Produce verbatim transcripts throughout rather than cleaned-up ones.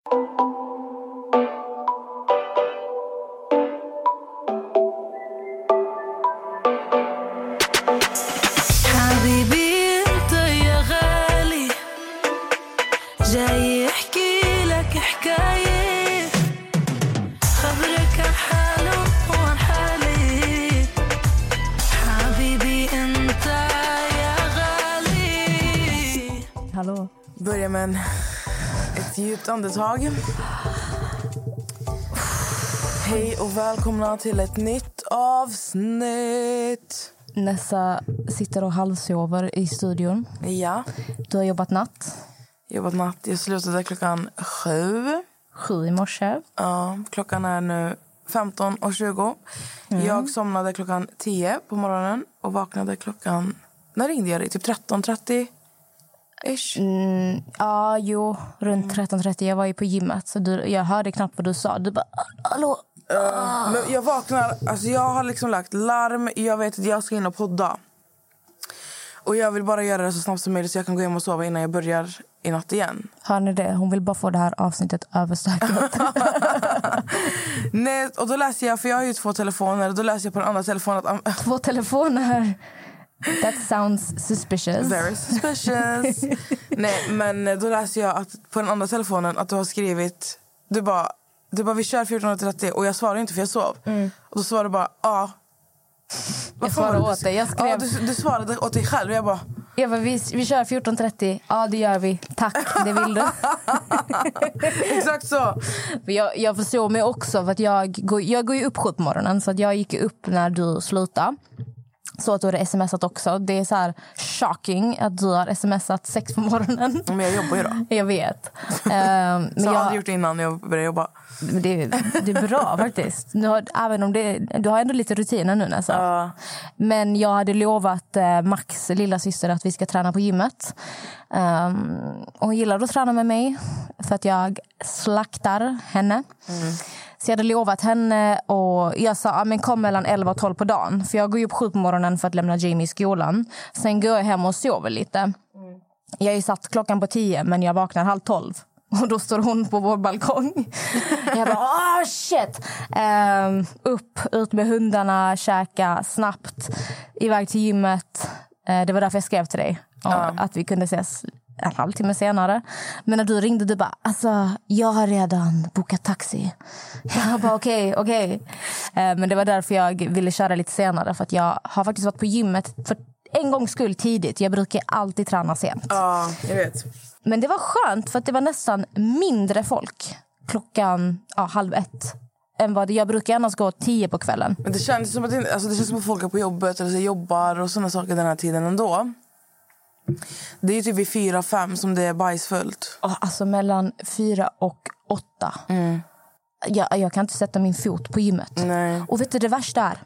Börja med en, ett djupt andetag. Hej och välkomna till ett nytt avsnitt. Nessa sitter och halvsover i studion. Ja. Du har jobbat natt. Jobbat natt. Jag slutade klockan sju. Sju i morse. Ja, klockan är nu femton och tjugo. Mm. Jag somnade klockan tio på morgonen och vaknade klockan... När ringde jag dig? Typ tretton trettio? Mm, ja, jo, runt mm. tretton trettio. Jag var ju på gymmet, så du, jag hörde knappt vad du sa. Du bara, hallå? Uh, men jag vaknar, alltså jag har liksom lagt larm. Jag vet att jag ska in och podda. Och jag vill bara göra det så snabbt som möjligt så jag kan gå hem och sova innan jag börjar i natt igen. Hör ni det? Hon vill bara få det här avsnittet överstökat. Nej, och då läser jag, för jag har ju två telefoner. Och då läser jag på den andra telefonen att... Två telefoner? That sounds suspicious. Very suspicious. Nej, men då läser jag att på den andra telefonen att du har skrivit... Du bara, du bara vi kör fjorton trettio och jag svarar inte för jag sov. Mm. Och då svarade du bara, ja. Jag svarade åt dig. Jag skrev... Ja, du, du svarade åt dig själv och jag bara... Jag bara, vi, vi kör fjorton trettio. Ja, det gör vi. Tack, det vill du. Exakt så. Jag, jag försåg mig också för att jag går, jag går ju upp sju på morgonen. Så att jag gick upp när du slutade. Så att du har smsat också. Det är så här shocking att du har smsat sex på morgonen. Men jag jobbar ju då. Jag vet. uh, men så jag har jag aldrig gjort det innan jag började jobba. Det, det är bra faktiskt. Du har, även om det, du har ändå lite rutiner nu nästan. Uh. Men jag hade lovat uh, Max lilla syster att vi ska träna på gymmet. Um, och hon gillar att träna med mig. För att jag slaktar henne. Mm. Så jag hade lovat henne och jag sa, men kom mellan elva och tolv på dagen. För jag går ju upp sju på morgonen för att lämna Jamie i skolan. Sen går jag hem och sover lite. Mm. Jag har ju satt klockan på tio men jag vaknar halv tolv. Och då står hon på vår balkong. Jag bara, åh shit. Um, upp, ut med hundarna, käka snabbt. Iväg till gymmet. Uh, det var därför jag skrev till dig. Ja. Att vi kunde ses en halvtimme senare. Men när du ringde, du bara, alltså, jag har redan bokat taxi. Jag bara, okej, okay, okej. Okay. Uh, men det var därför jag ville köra lite senare. För att jag har faktiskt varit på gymmet för en gångs skull tidigt. Jag brukar alltid träna sent. Ja, jag vet. Men det var skönt för att det var nästan mindre folk klockan ja, halv ett än vad det, jag brukar annars gå tio på kvällen. Men det känns som att, det, alltså det känns som att folk är på jobbet eller så jobbar och sådana saker den här tiden ändå. Det är ju typ vid fyra, fem som det är bajsfullt. Oh, alltså mellan fyra och åtta. Mm. Jag, jag kan inte sätta min fot på gymmet. Nej. Och vet du det värsta är?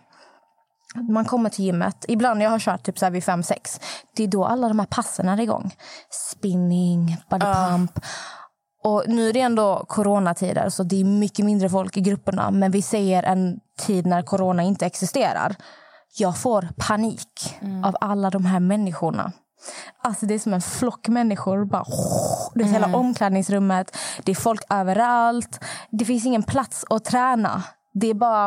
Man kommer till gymmet. Ibland jag har kört typ så här vid fem sex. Det är då alla de här passen är igång. Spinning, body pump. Uh. Och nu är det ändå coronatider. Så det är mycket mindre folk i grupperna. Men vi ser en tid när corona inte existerar. Jag får panik mm. av alla de här människorna. Alltså det är som en flock människor. Bara, det är mm. hela omklädningsrummet. Det är folk överallt. Det finns ingen plats att träna. Det är bara...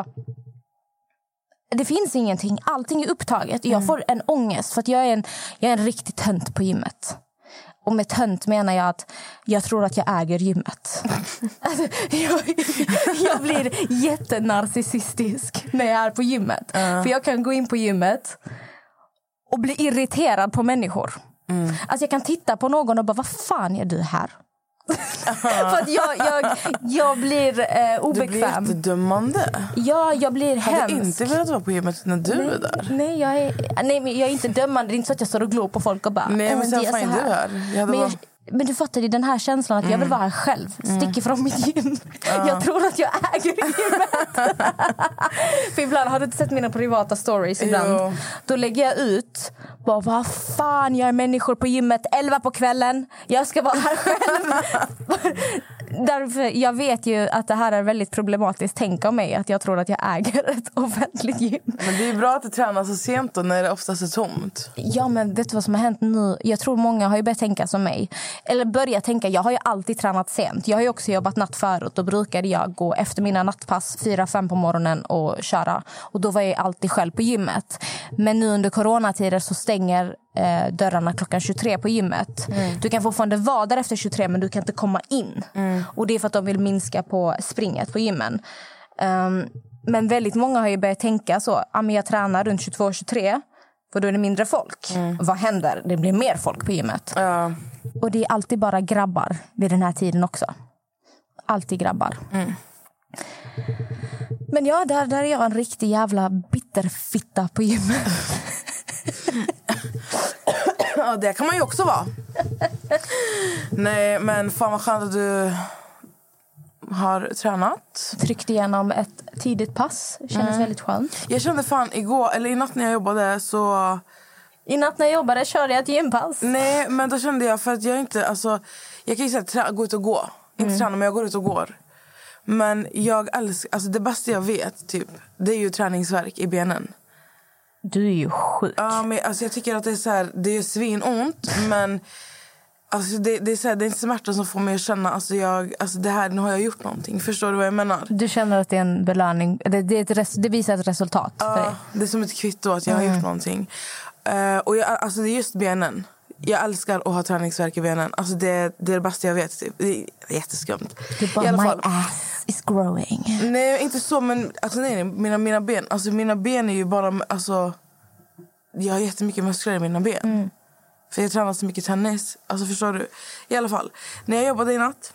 Det finns ingenting. Allting är upptaget. Jag får en ångest för att jag är en, jag är en riktig tönt på gymmet. Och med tönt menar jag att jag tror att jag äger gymmet. Alltså, jag, jag blir jättenarcissistisk när jag är på gymmet. Uh. För jag kan gå in på gymmet och bli irriterad på människor. Mm. Alltså jag kan titta på någon och bara, vad fan är du här? För att jag, jag, jag blir eh, obekväm. Du blir jättedömande. Ja, jag blir hemsk. Hade inte velat vara på gymmet när du nej, är där? Nej jag är, nej, men jag är inte dömande. Det är inte så att jag står och glor på folk och bara... Nej, men sen fan är du här. Jag men, bara... jag, men du fattar ju den här känslan att mm. jag vill vara här själv. Stick mm. ifrån mitt gym. Ja. Jag tror att jag äger gymmet. För ibland har du inte sett mina privata stories ibland. Jo. Då lägger jag ut... Bara, vad fan gör människor på gymmet elva på kvällen? Jag ska vara här själv. därför jag vet ju att det här är väldigt problematiskt. Tänk om mig att jag tror att jag äger ett offentligt gym. Men det är ju bra att du tränar så sent då när det oftast är tomt. Ja, men vet du vad som har hänt nu? Jag tror många har ju börjat tänka som mig. Eller börja tänka, jag har ju alltid tränat sent. Jag har ju också jobbat natt förut. Då brukade jag gå efter mina nattpass fyra fem på morgonen och köra. Och då var jag alltid själv på gymmet. Men nu under coronatider så stänger eh, dörrarna klockan tjugotre på gymmet. Mm. Du kan fortfarande vara där efter tjugotre men du kan inte komma in. Mm. Och det är för att de vill minska på springet på gymmen. Um, men väldigt många har ju börjat tänka så. Ah, men jag tränar runt tjugotvå tjugotre. För då är det mindre folk. Mm. Vad händer? Det blir mer folk på gymmet. Ja. Och det är alltid bara grabbar vid den här tiden också. Alltid grabbar. Mm. Men ja, där, där är jag en riktig jävla bitterfitta på gymmet. Ja, det kan man ju också vara. Nej, men fan vad skönt att du har tränat. Tryckte igenom ett tidigt pass. Kändes mm. väldigt skönt. Jag kände fan igår, eller i natt när jag jobbade så... I natt när jag jobbade körde jag ett gympass. Nej, men då kände jag för att jag inte, alltså... Jag kan ju säga trä- gå ut och gå. Inte mm. träna, men jag går ut och går. Men jag älskar, alltså det bästa jag vet typ, det är ju träningsvärk i benen. Du är ju sjuk. Ja, men alltså jag tycker att det är så här, det är svinont, men alltså det, det är så här, det är en smärta som får mig att känna, alltså jag, alltså det här, nu har jag gjort någonting. Förstår du vad jag menar? Du känner att det är en belöning, det, det, är ett res, det visar ett resultat för ja, dig. Det är som ett kvitto att jag mm. har gjort någonting. Uh, och jag, alltså det är just benen. Jag älskar att ha träningsvärk i benen. Alltså det, det är det bästa jag vet typ. Det är jätteskumt. Du bara, my fall. ass is growing. Nej, inte så, men alltså nej, mina, mina ben, alltså mina ben är ju bara, alltså jag har jättemycket muskler i mina ben. Mm. För jag tränar så mycket tennis. Alltså förstår du? I alla fall, när jag jobbade i natt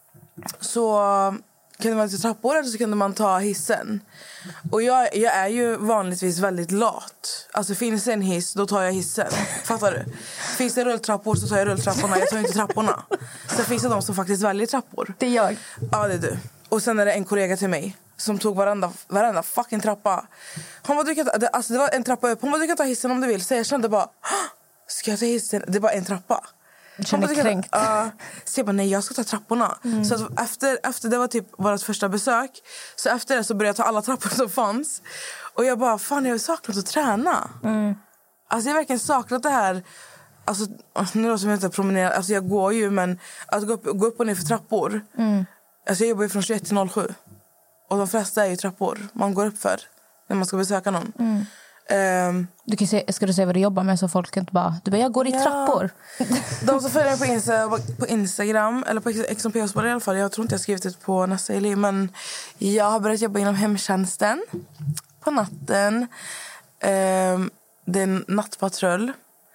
så kunde man ta trappor eller så kunde man ta hissen. Och jag, jag är ju vanligtvis väldigt lat. Alltså finns det en hiss, då tar jag hissen. Fattar du? Finns det rulltrappor så tar jag rulltrapporna. Jag tar inte trapporna. Sen finns det de som faktiskt väljer trappor. Det är jag. Ja, det är du. Och sen är det en kollega till mig som tog varenda, varenda fucking trappa. Hon bara, du kan ta, alltså det var en trappa upp. Hon bara, du kan ta hissen om du vill. Så jag kände bara, ska jag ta hissen? Det är bara en trappa. Jag känner kränkt. Uh, så jag bara, nej, jag ska ta trapporna. Mm. Så att efter, efter det var typ vårt första besök. Så efter det så började jag ta alla trappor som fanns. Och jag bara, fan, jag har saknat att träna. Mm. Alltså jag har verkligen saknat det här. Alltså, nu låter jag inte promenera. Alltså jag går ju, men att gå upp, gå upp och ner för trappor. Mm. Alltså jag jobbar ju från tjugoett till sju. Och de flesta är ju trappor. Man går upp för när man ska besöka någon. Mm. Um, du kan se, ska du säga vad du jobbar med så folk inte bara, du bara, jag går i ja. trappor. De som följer mig på, Insta, på Instagram eller på Ex on P H i alla fall, jag tror inte jag har skrivit det på nästa liv, men jag har börjat jobba inom hemtjänsten på natten. Um, det är en nattpatrull,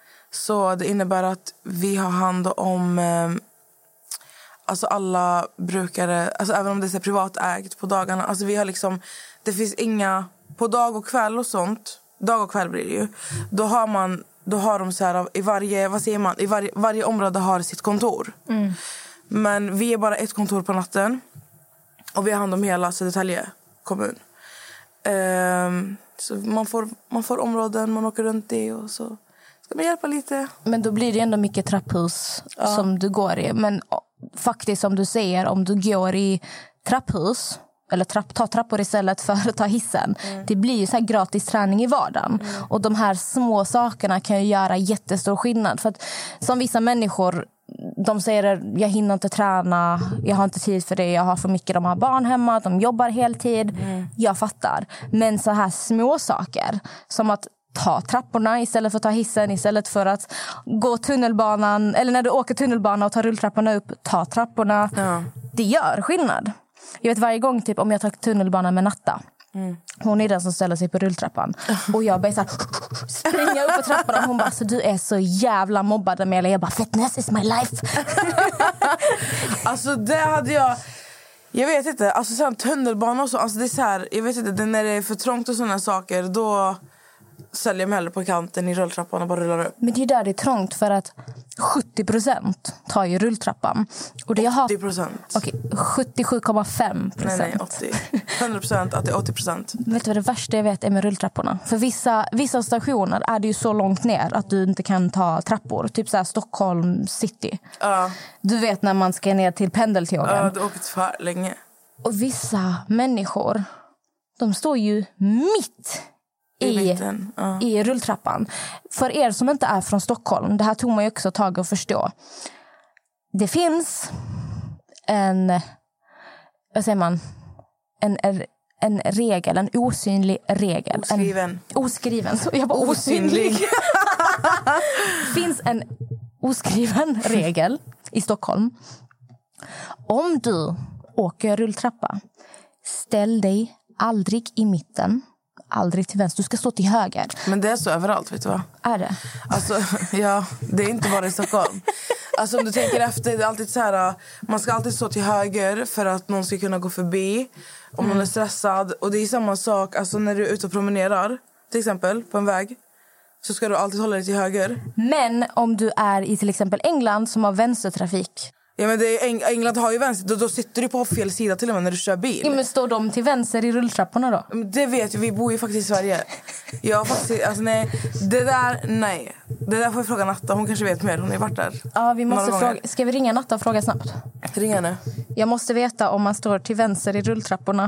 så det innebär att vi har hand om um, alltså alla brukare, alltså även om det är privatägt på dagarna, alltså vi har liksom, det finns inga på dag och kväll och sånt. Dag och kväll blir det ju. Då har man, då har de så här i varje, vad säger man, i varje, varje område har sitt kontor. Mm. Men vi är bara ett kontor på natten. Och vi har hand om hela Södertälje kommun. Um, så man får, man får områden man åker runt i och så ska man hjälpa lite. Men då blir det ändå mycket trapphus ja. som du går i. Men faktiskt som du säger, om du går i trapphus eller trapp, ta trappor istället för att ta hissen. Mm. Det blir ju så här gratis träning i vardagen. Mm. Och de här små sakerna kan ju göra jättestor skillnad. För att som vissa människor, de säger jag hinner inte träna, jag har inte tid för det, jag har för mycket, de har barn hemma, de jobbar heltid. Mm. Jag fattar. Men så här små saker som att ta trapporna istället för att ta hissen, istället för att gå tunnelbanan, eller när du åker tunnelbana och tar rulltrapporna upp, ta trapporna. Ja. Det gör skillnad. Jag vet varje gång typ om jag tar tunnelbanan med Natta. Mm. Hon är den som ställer sig på rulltrappan. Och jag börjar så här, springa upp på trappan. Och hon bara, så du är så jävla mobbad med. Jag bara, fitness is my life. Alltså det hade jag... Jag vet inte, alltså sen tunnelbanan och så. Alltså det är så här, jag vet inte, när det är för trångt och sådana saker, då... säljer mig hellre på kanten i rulltrappan och bara rullar upp. Men det är där det är trångt för att sjuttio procent tar ju rulltrappan. Och det åttio procent. Okej, sjuttiosju komma fem procent. Nej, nej, åttio. hundra procent att det är åttio procent. Vet du vad det värsta jag vet är med rulltrapporna? För vissa, vissa stationer är det ju så långt ner att du inte kan ta trappor. Typ så här Stockholm city. Ja. Du vet när man ska ner till pendeltågen. Ja, du har åkt för länge. Och vissa människor, de står ju mitt i, ja. i rulltrappan. För er som inte är från Stockholm, det här tog man ju också tag att förstå. Det finns en, vad säger man, en, en regel, en osynlig regel. Oskriven. En, oskriven, så jag bara osynlig. osynlig. Finns en oskriven regel i Stockholm. Om du åker rulltrappa, ställ dig aldrig i mitten, aldrig till vänster. Du ska stå till höger. Men det är så överallt, vet du vad? Är det? Alltså, ja, det är inte bara i Stockholm. Alltså om du tänker efter, det är alltid så här, man ska alltid stå till höger för att någon ska kunna gå förbi om mm. någon är stressad. Och det är samma sak, alltså när du är ute och promenerar, till exempel på en väg, så ska du alltid hålla dig till höger. Men om du är i till exempel England som har vänstertrafik. Ja, men det är, Eng- England har ju vänster. Då, då sitter du på fel sida till och med när du kör bil. Ja, men står de till vänster i rulltrapporna då? Det vet vi, vi bor ju faktiskt i Sverige. Jag faktiskt, alltså nej, det där, nej. Det där får jag fråga Natta, hon kanske vet mer, hon har ju varit där. Ja, vi måste fråga. Ska vi ringa Natta och fråga snabbt? Ring henne. Jag måste veta om man står till vänster i rulltrapporna.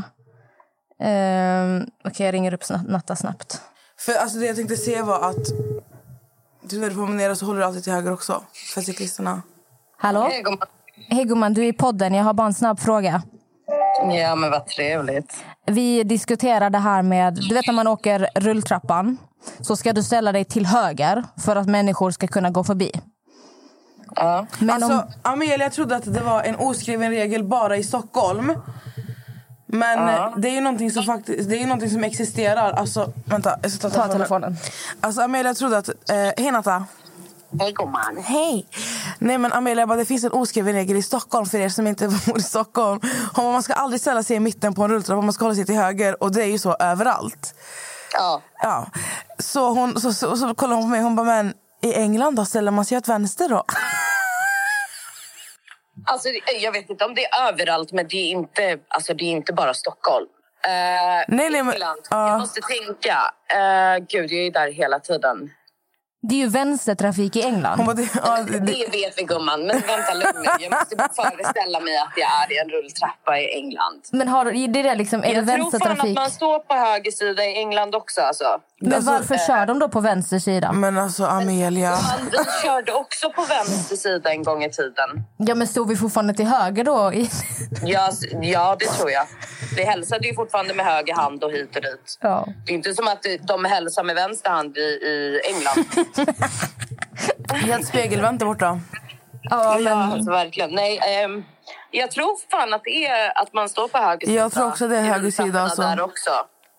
Ehm, Okej, okay, jag ringer upp Natta snabbt. För alltså det jag tänkte se var att du, när du promenerar så håller du alltid till höger också. För cyklisterna. Hallå? Hej gumman. Hej gumman, du är i podden. Jag har bara en snabb fråga. Ja, men vad trevligt. Vi diskuterar det här med, du vet när man åker rulltrappan så ska du ställa dig till höger för att människor ska kunna gå förbi. Ja. Men alltså, om... Amelia, jag trodde att det var en oskriven regel bara i Stockholm. Men ja. det är ju någonting som faktiskt, det är ju någonting som existerar. Alltså, vänta, jag ska ta, ta telefonen. Alltså Amelia, jag trodde att, eh, hej Natta. Hej gumman. Hej. Nej men Amelia, bara, det finns en oskriven regel i Stockholm för er som inte bor i Stockholm. Man ska aldrig ställa sig i mitten på en rulltrappa, man ska hålla sig till höger. Och det är ju så överallt. Ja. Ja. Så hon så, så, så kollar hon på mig, hon bara, men i England då ställer man sig åt vänster då? Alltså jag vet inte om det är överallt, men det är inte, alltså, det är inte bara Stockholm. Uh, nej, nej, men, England. Uh. Jag måste tänka. Uh, gud, jag är där hela tiden. Det är ju vänstertrafik i England. Bara, det, ja, det, det vet vi gumman, men vänta lugn nu. Jag måste bara föreställa mig att jag är i en rulltrappa i England. Men har det är det liksom, är jag det tror vänstertrafik? fan att man står på höger sida i England också alltså. Men alltså, varför äh, kör de då på vänster sida? Men alltså Amelia, men, vi körde också på vänster sida en gång i tiden. Ja, men stod vi fortfarande till höger då? ja, ja, det tror jag. Vi hälsade ju fortfarande med höger hand och hit och dit. Ja. Det är inte som att de hälsar med vänster hand i, i England. helt spegelvänt där borta. Ja, men... ja alltså, verkligen. Nej, um, jag tror fan att det är att man står på höger sida. Jag tror också det är höger sida. Alltså. Där också.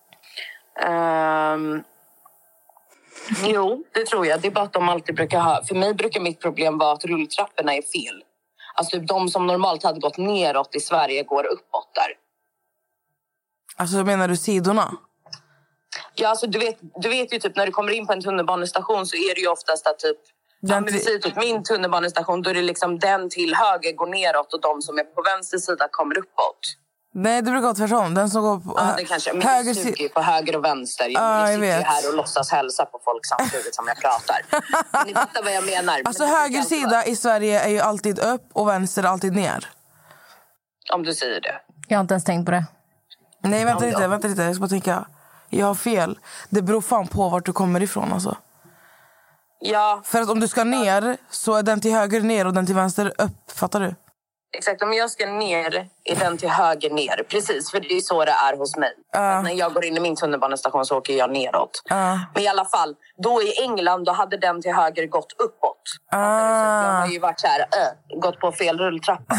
Um, jo, det tror jag. Det är bara att de alltid brukar ha... För mig brukar mitt problem vara att rulltrapporna är fel. Alltså de som normalt hade gått neråt i Sverige går uppåt där. Alltså menar du sidorna? Ja, alltså du vet, du vet ju typ när du kommer in på en tunnelbanestation så är det ju oftast att typ, ja, men vi säger typ min tunnelbanestation, då är det liksom den till höger går neråt och de som är på vänster sida kommer uppåt. Nej, det brukar vara tvärtom. Den som går på ja, det kanske, men höger sida på höger och vänster. Jag, ja, jag sitter ju här och låtsas hälsa på folk samtidigt som jag pratar. Ni fattar vad jag menar. Alltså höger sida i Sverige är ju alltid upp och vänster alltid ner. Om du säger det. Jag har inte ens tänkt på det. Nej, vänta lite, vänta lite. Jag ska bara tänka. Jag har fel. Det beror fan på vart du kommer ifrån alltså. Ja. För att om du ska ner så är den till höger ner och den till vänster upp. Fattar du? Exakt, om jag ska ner är den till höger ner. Precis, för det är så det är hos mig. Uh. När jag går in i min tunnelbanestation så åker jag neråt. Uh. Men i alla fall, då i England då hade den till höger gått uppåt. Uh. Jag har ju varit så här, äh, gått på fel rulltrappa.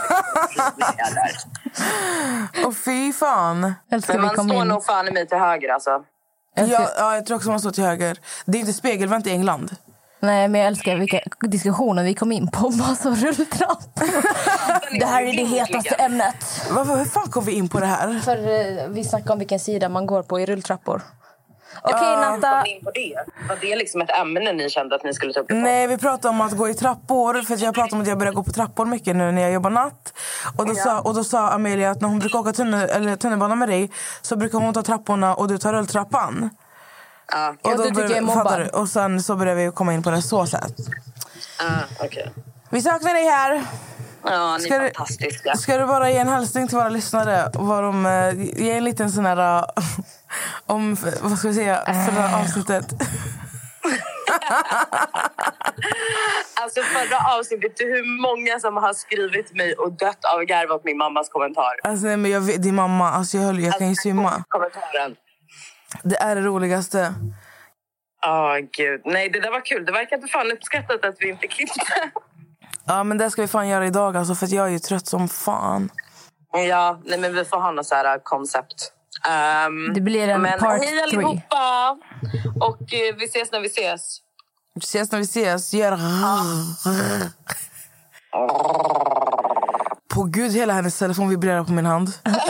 Och fy fan. Men man står in. Nog fan i mig till höger alltså. Ja, ja, jag tror också man står till höger. Det är inte spegelvänt i England. Nej, men jag älskar vilka diskussioner vi kom in på. Bara så rulltrappor. Det här är det hetaste ämnet. Varför, hur fan kom vi in på det här? För uh, vi snackar om vilken sida man går på i rulltrappor. Okej, okay, uh, Natta. Kom in på det. Var det liksom ett ämne ni kände att ni skulle ta upp? Nej, vi pratade om att gå i trappor. För jag pratade om att jag börjar gå på trappor mycket nu när jag jobbar natt. Och då, ja. sa, och då sa Amelia att när hon brukar åka tunnel, eller tunnelbana med dig så brukar hon ta trapporna och du tar rulltrappan. Ja, och, och, då du tycker jag började, och sen så började vi komma in på det så sätt. Ja, okej. Okay. Vi saknar dig här. Ja, ni ska är fantastiska. Du, ska du bara ge en hälsning till våra lyssnare? Vad de, ge en liten sån här... om, vad ska vi säga, förra avsnittet. Alltså förra avsnittet, vet du hur många som har skrivit mig och dött av garv åt min mammas kommentar? Alltså nej, men jag vet, din mamma, alltså jag, höll, jag kan ju svimma. Kommentaren. Det är det roligaste. Ja, oh, gud. Nej, det där var kul. Det verkar inte fan uppskattat att vi inte klippte. Ja, men det ska vi fan göra idag alltså, för att jag är ju trött som fan. Ja, nej, men vi får ha något så här koncept. Um, det blir en men part hej allihopa! Och uh, vi ses när vi ses. Vi ses när vi ses. Gör... På gud, hela hennes telefon vibrerar på min hand.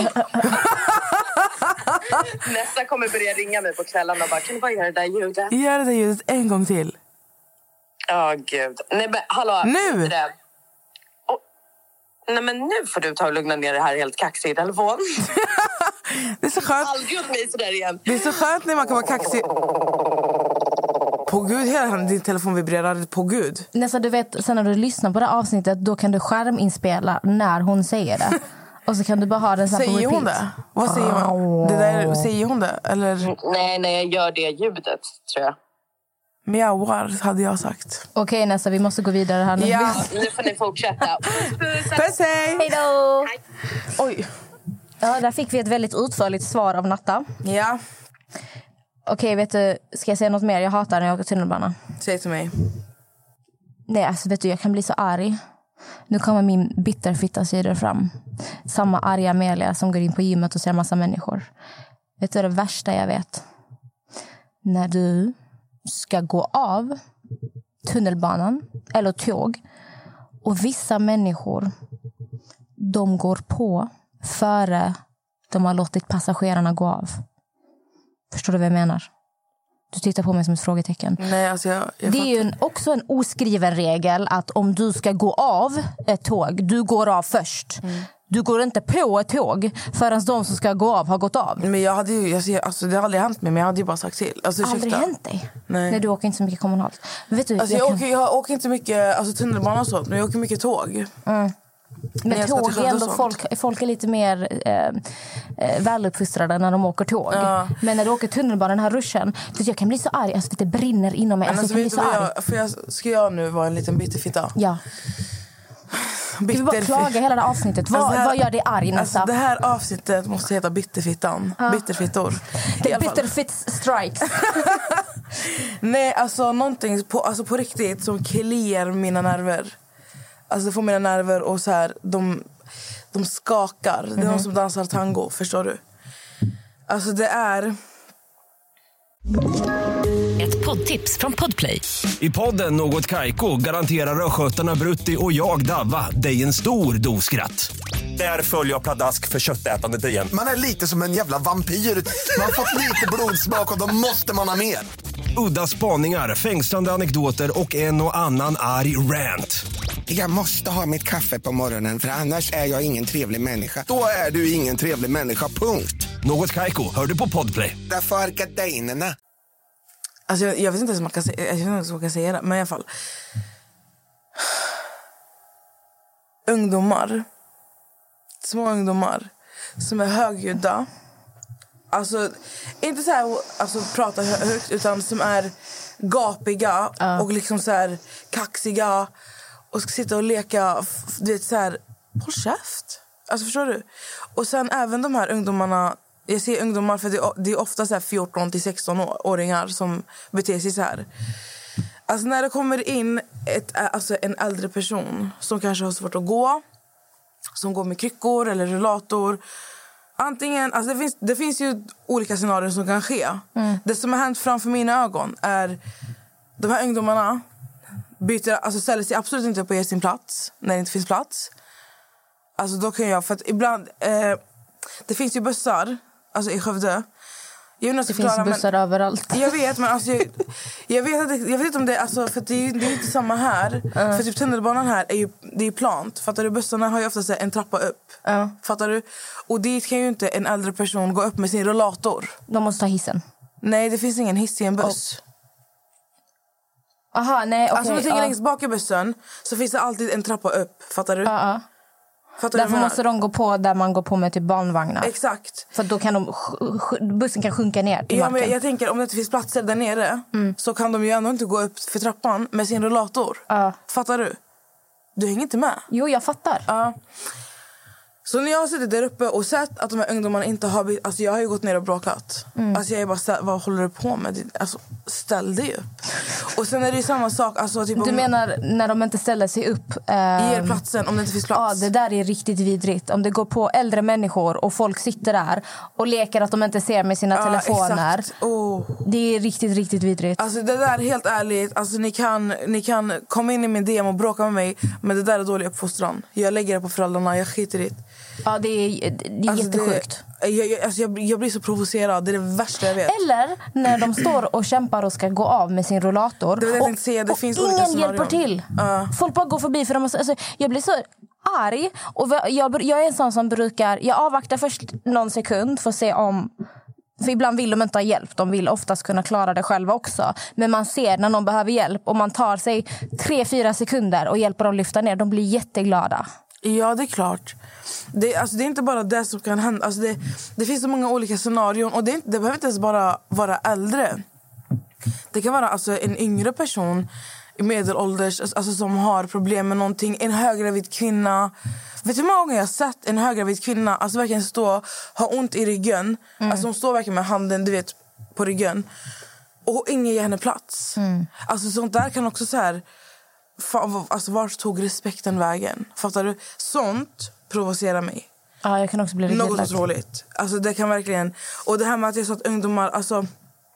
Nästa kommer börja ringa mig på kvällarna och bara, kan du bara göra det där ljudet? Gör det där ljudet en gång till. Ja, oh, gud. Nej, men hallå. Nu! Det. Oh. Nej, men nu får du ta och lugna ner det här helt kaxig i telefon. Det är så skönt. Aldrig åt mig sådär igen. Det är så skönt när man kan vara kaxig. På gud, hela din telefon vibrerar. På gud. Nästan, du vet, sen när du lyssnar på det här avsnittet, då kan du skärminspela när hon säger det. Och så kan du bara ha den så här på repeat. Säger hon det? Vad säger hon? Det där, säger hon det? Eller? Nej, nej, jag gör det ljudet, tror jag. Mjauar, hade jag sagt. Okej, okay, nästa, vi måste gå vidare här nu. Ja, nu får ni fortsätta. Puss, hej! Hej då! Oj. Ja, där fick vi ett väldigt utförligt svar av Natta. Ja. Okej, okay, vet du, ska jag säga något mer? Jag hatar när jag åker tunnelbana. Säg till mig. Nej, alltså vet du, jag kan bli så arg. Nu kommer min bitterfitta-sidor fram. Samma arga Amelia som går in på gymmet och ser en massa människor. Vet du det värsta jag vet? När du ska gå av tunnelbanan eller tåg och vissa människor, de går på före de har låtit passagerarna gå av. Förstår du vad jag menar? Du tittar på mig som ett frågetecken. Nej, alltså jag, jag det är ju en, också en oskriven regel att om du ska gå av ett tåg, du går av först. Mm. Du går inte på ett tåg förrän de som ska gå av har gått av. Men jag hade ju, jag ser, alltså det har aldrig hänt mig, men jag hade ju bara sagt till. Alltså, aldrig ursäkta. hänt dig? Nej. Nej, du åker inte så mycket kommunalt. Men vet du, alltså, jag, jag, kan... åker, jag åker inte mycket alltså, tunnelbana och sånt, men jag åker mycket tåg. Mm. Men tåg är ändå, folk, folk är lite mer eh, väluppfostrade när de åker tåg. Ja. Men när du åker tunnelbana, den här ruschen, för jag kan bli så arg, alltså, det brinner inom mig. Men alltså, alltså, jag kan bli så arg. Jag, för jag, ska jag nu vara en liten bitterfitta? Ja. Du vill bara klaga hela det här avsnittet. Vad, alltså här, vad gör det arg nästa? Alltså det här avsnittet måste heta bitterfittan. Ja. Bitterfittor. Det bitterfits strikes. Nej, alltså någonting på, alltså på riktigt som kliar mina nerver. Alltså det får mina nerver och så här, de, de skakar. Det är mm-hmm. någon som dansar tango, förstår du? Alltså det är... Ett poddtips från Podplay. I podden Något Kaiko garanterar röskötarna Brutti och jag Davva dig en stor doskratt. Där följer jag pladask för köttätandet igen. Man är lite som en jävla vampyr. Man har fått lite blodsmak och då måste man ha mer. Udda spaningar, fängslande anekdoter och en och annan arg rant. Jag måste ha mitt kaffe på morgonen för annars är jag ingen trevlig människa. Då är du ingen trevlig människa, punkt. Något Kaiko, hör du på Podplay. Därför är gardinerna. Alltså jag, jag vet inte ens om man kan säga, jag vet inte ens om man kan säga det, men i alla fall. Ungdomar. Små ungdomar som är högljudda. Alltså inte så här alltså prata högt, utan som är gapiga uh. och liksom så här kaxiga och ska sitta och leka, du vet så här, håll käft. Alltså förstår du? Och sen även de här ungdomarna, jag ser ungdomar för det är, det är ofta så här fjorton till sexton-åringar som beter sig så här. Alltså när det kommer in ett, alltså en äldre person som kanske har svårt att gå, som går med kryckor eller rullator. Antingen, alltså det finns, det finns ju olika scenarier som kan ske. Mm. Det som har hänt framför mina ögon är de här ungdomarna byter, alltså ställer sig absolut inte upp och ger sin plats när det inte finns plats. Alltså då kan jag, för att ibland, eh, det finns ju bussar alltså i Skövde Jag det förklara, finns bussar men, överallt. Jag vet, men alltså, jag, jag, vet att det, jag vet inte om det, alltså, för det är, det är inte samma här. Uh. För typ tunnelbanan här är ju, det är plant. Fattar du? Bussarna har ju oftast en trappa upp. Uh. Fattar du? Och dit kan ju inte en äldre person gå upp med sin rollator. De måste ta hissen. Nej, det finns ingen hiss i en buss. Oh. Aha, nej, okej. Alltså om du tänker uh. längst bak i bussen så finns det alltid en trappa upp. Fattar du? Uh -uh. Fattar Därför måste de gå på där man går på med typ barnvagnar. Exakt. För då kan de, bussen kan sjunka ner till ja, marken. Men jag tänker om det inte finns platser där nere mm. så kan de ju ändå inte gå upp för trappan med sin rollator. Uh. Fattar du? Du hänger inte med. Jo, jag fattar. Uh. Så när jag har suttit där uppe och sett att de här ungdomarna inte har... Alltså jag har ju gått ner och bråkat. Mm. Alltså jag är bara, vad håller du på med? Alltså ställ dig upp. Och sen är det ju samma sak. Alltså, typ du om, menar när de inte ställer sig upp? Eh, ger platsen om det inte finns plats. Ja, det där är riktigt vidrigt. Om det går på äldre människor och folk sitter där och leker att de inte ser med sina ja, telefoner. Oh. Det är riktigt, riktigt vidrigt. Alltså det där, helt ärligt. Alltså ni kan, ni kan komma in i min D M och bråka med mig. Men det där är dålig uppfostran. Jag lägger det på föräldrarna, jag skiter i det. Ja, det är, det är alltså jättesjukt. Det, jag, jag, alltså jag, jag blir så provocerad. Det är det värsta jag vet. Eller när de står och kämpar och ska gå av med sin rollator. Det och, säga, det och finns ingen hjälper till. Uh. Folk bara går förbi. För de måste, alltså, jag blir så arg. Och jag, jag är en sån som brukar... Jag avvaktar först någon sekund för att se om... För ibland vill de inte ha hjälp. De vill oftast kunna klara det själva också. Men man ser när någon behöver hjälp. Och man tar sig tre, fyra sekunder och hjälper dem lyfta ner. De blir jätteglada. Ja, det är klart. Det, alltså, det är inte bara det som kan hända. Alltså, det, det finns så många olika scenarion. Och det, är inte, det behöver inte ens bara vara äldre. Det kan vara alltså, en yngre person i medelålders alltså, som har problem med någonting. En höggravid kvinna. Vet du hur många gånger jag har sett en höggravid kvinna alltså, verkligen stå, ha ont i ryggen. Mm. Alltså, hon står verkligen med handen du vet, på ryggen. Och ingen ger henne plats. Mm. Alltså sånt där kan också så här... Fan, alltså vart tog respekten vägen? Fattar du? Sånt provocerar mig. Ja, jag kan också bli riktigt något lätt. Otroligt. Alltså det kan verkligen... Och det här med att jag sa att ungdomar... Alltså,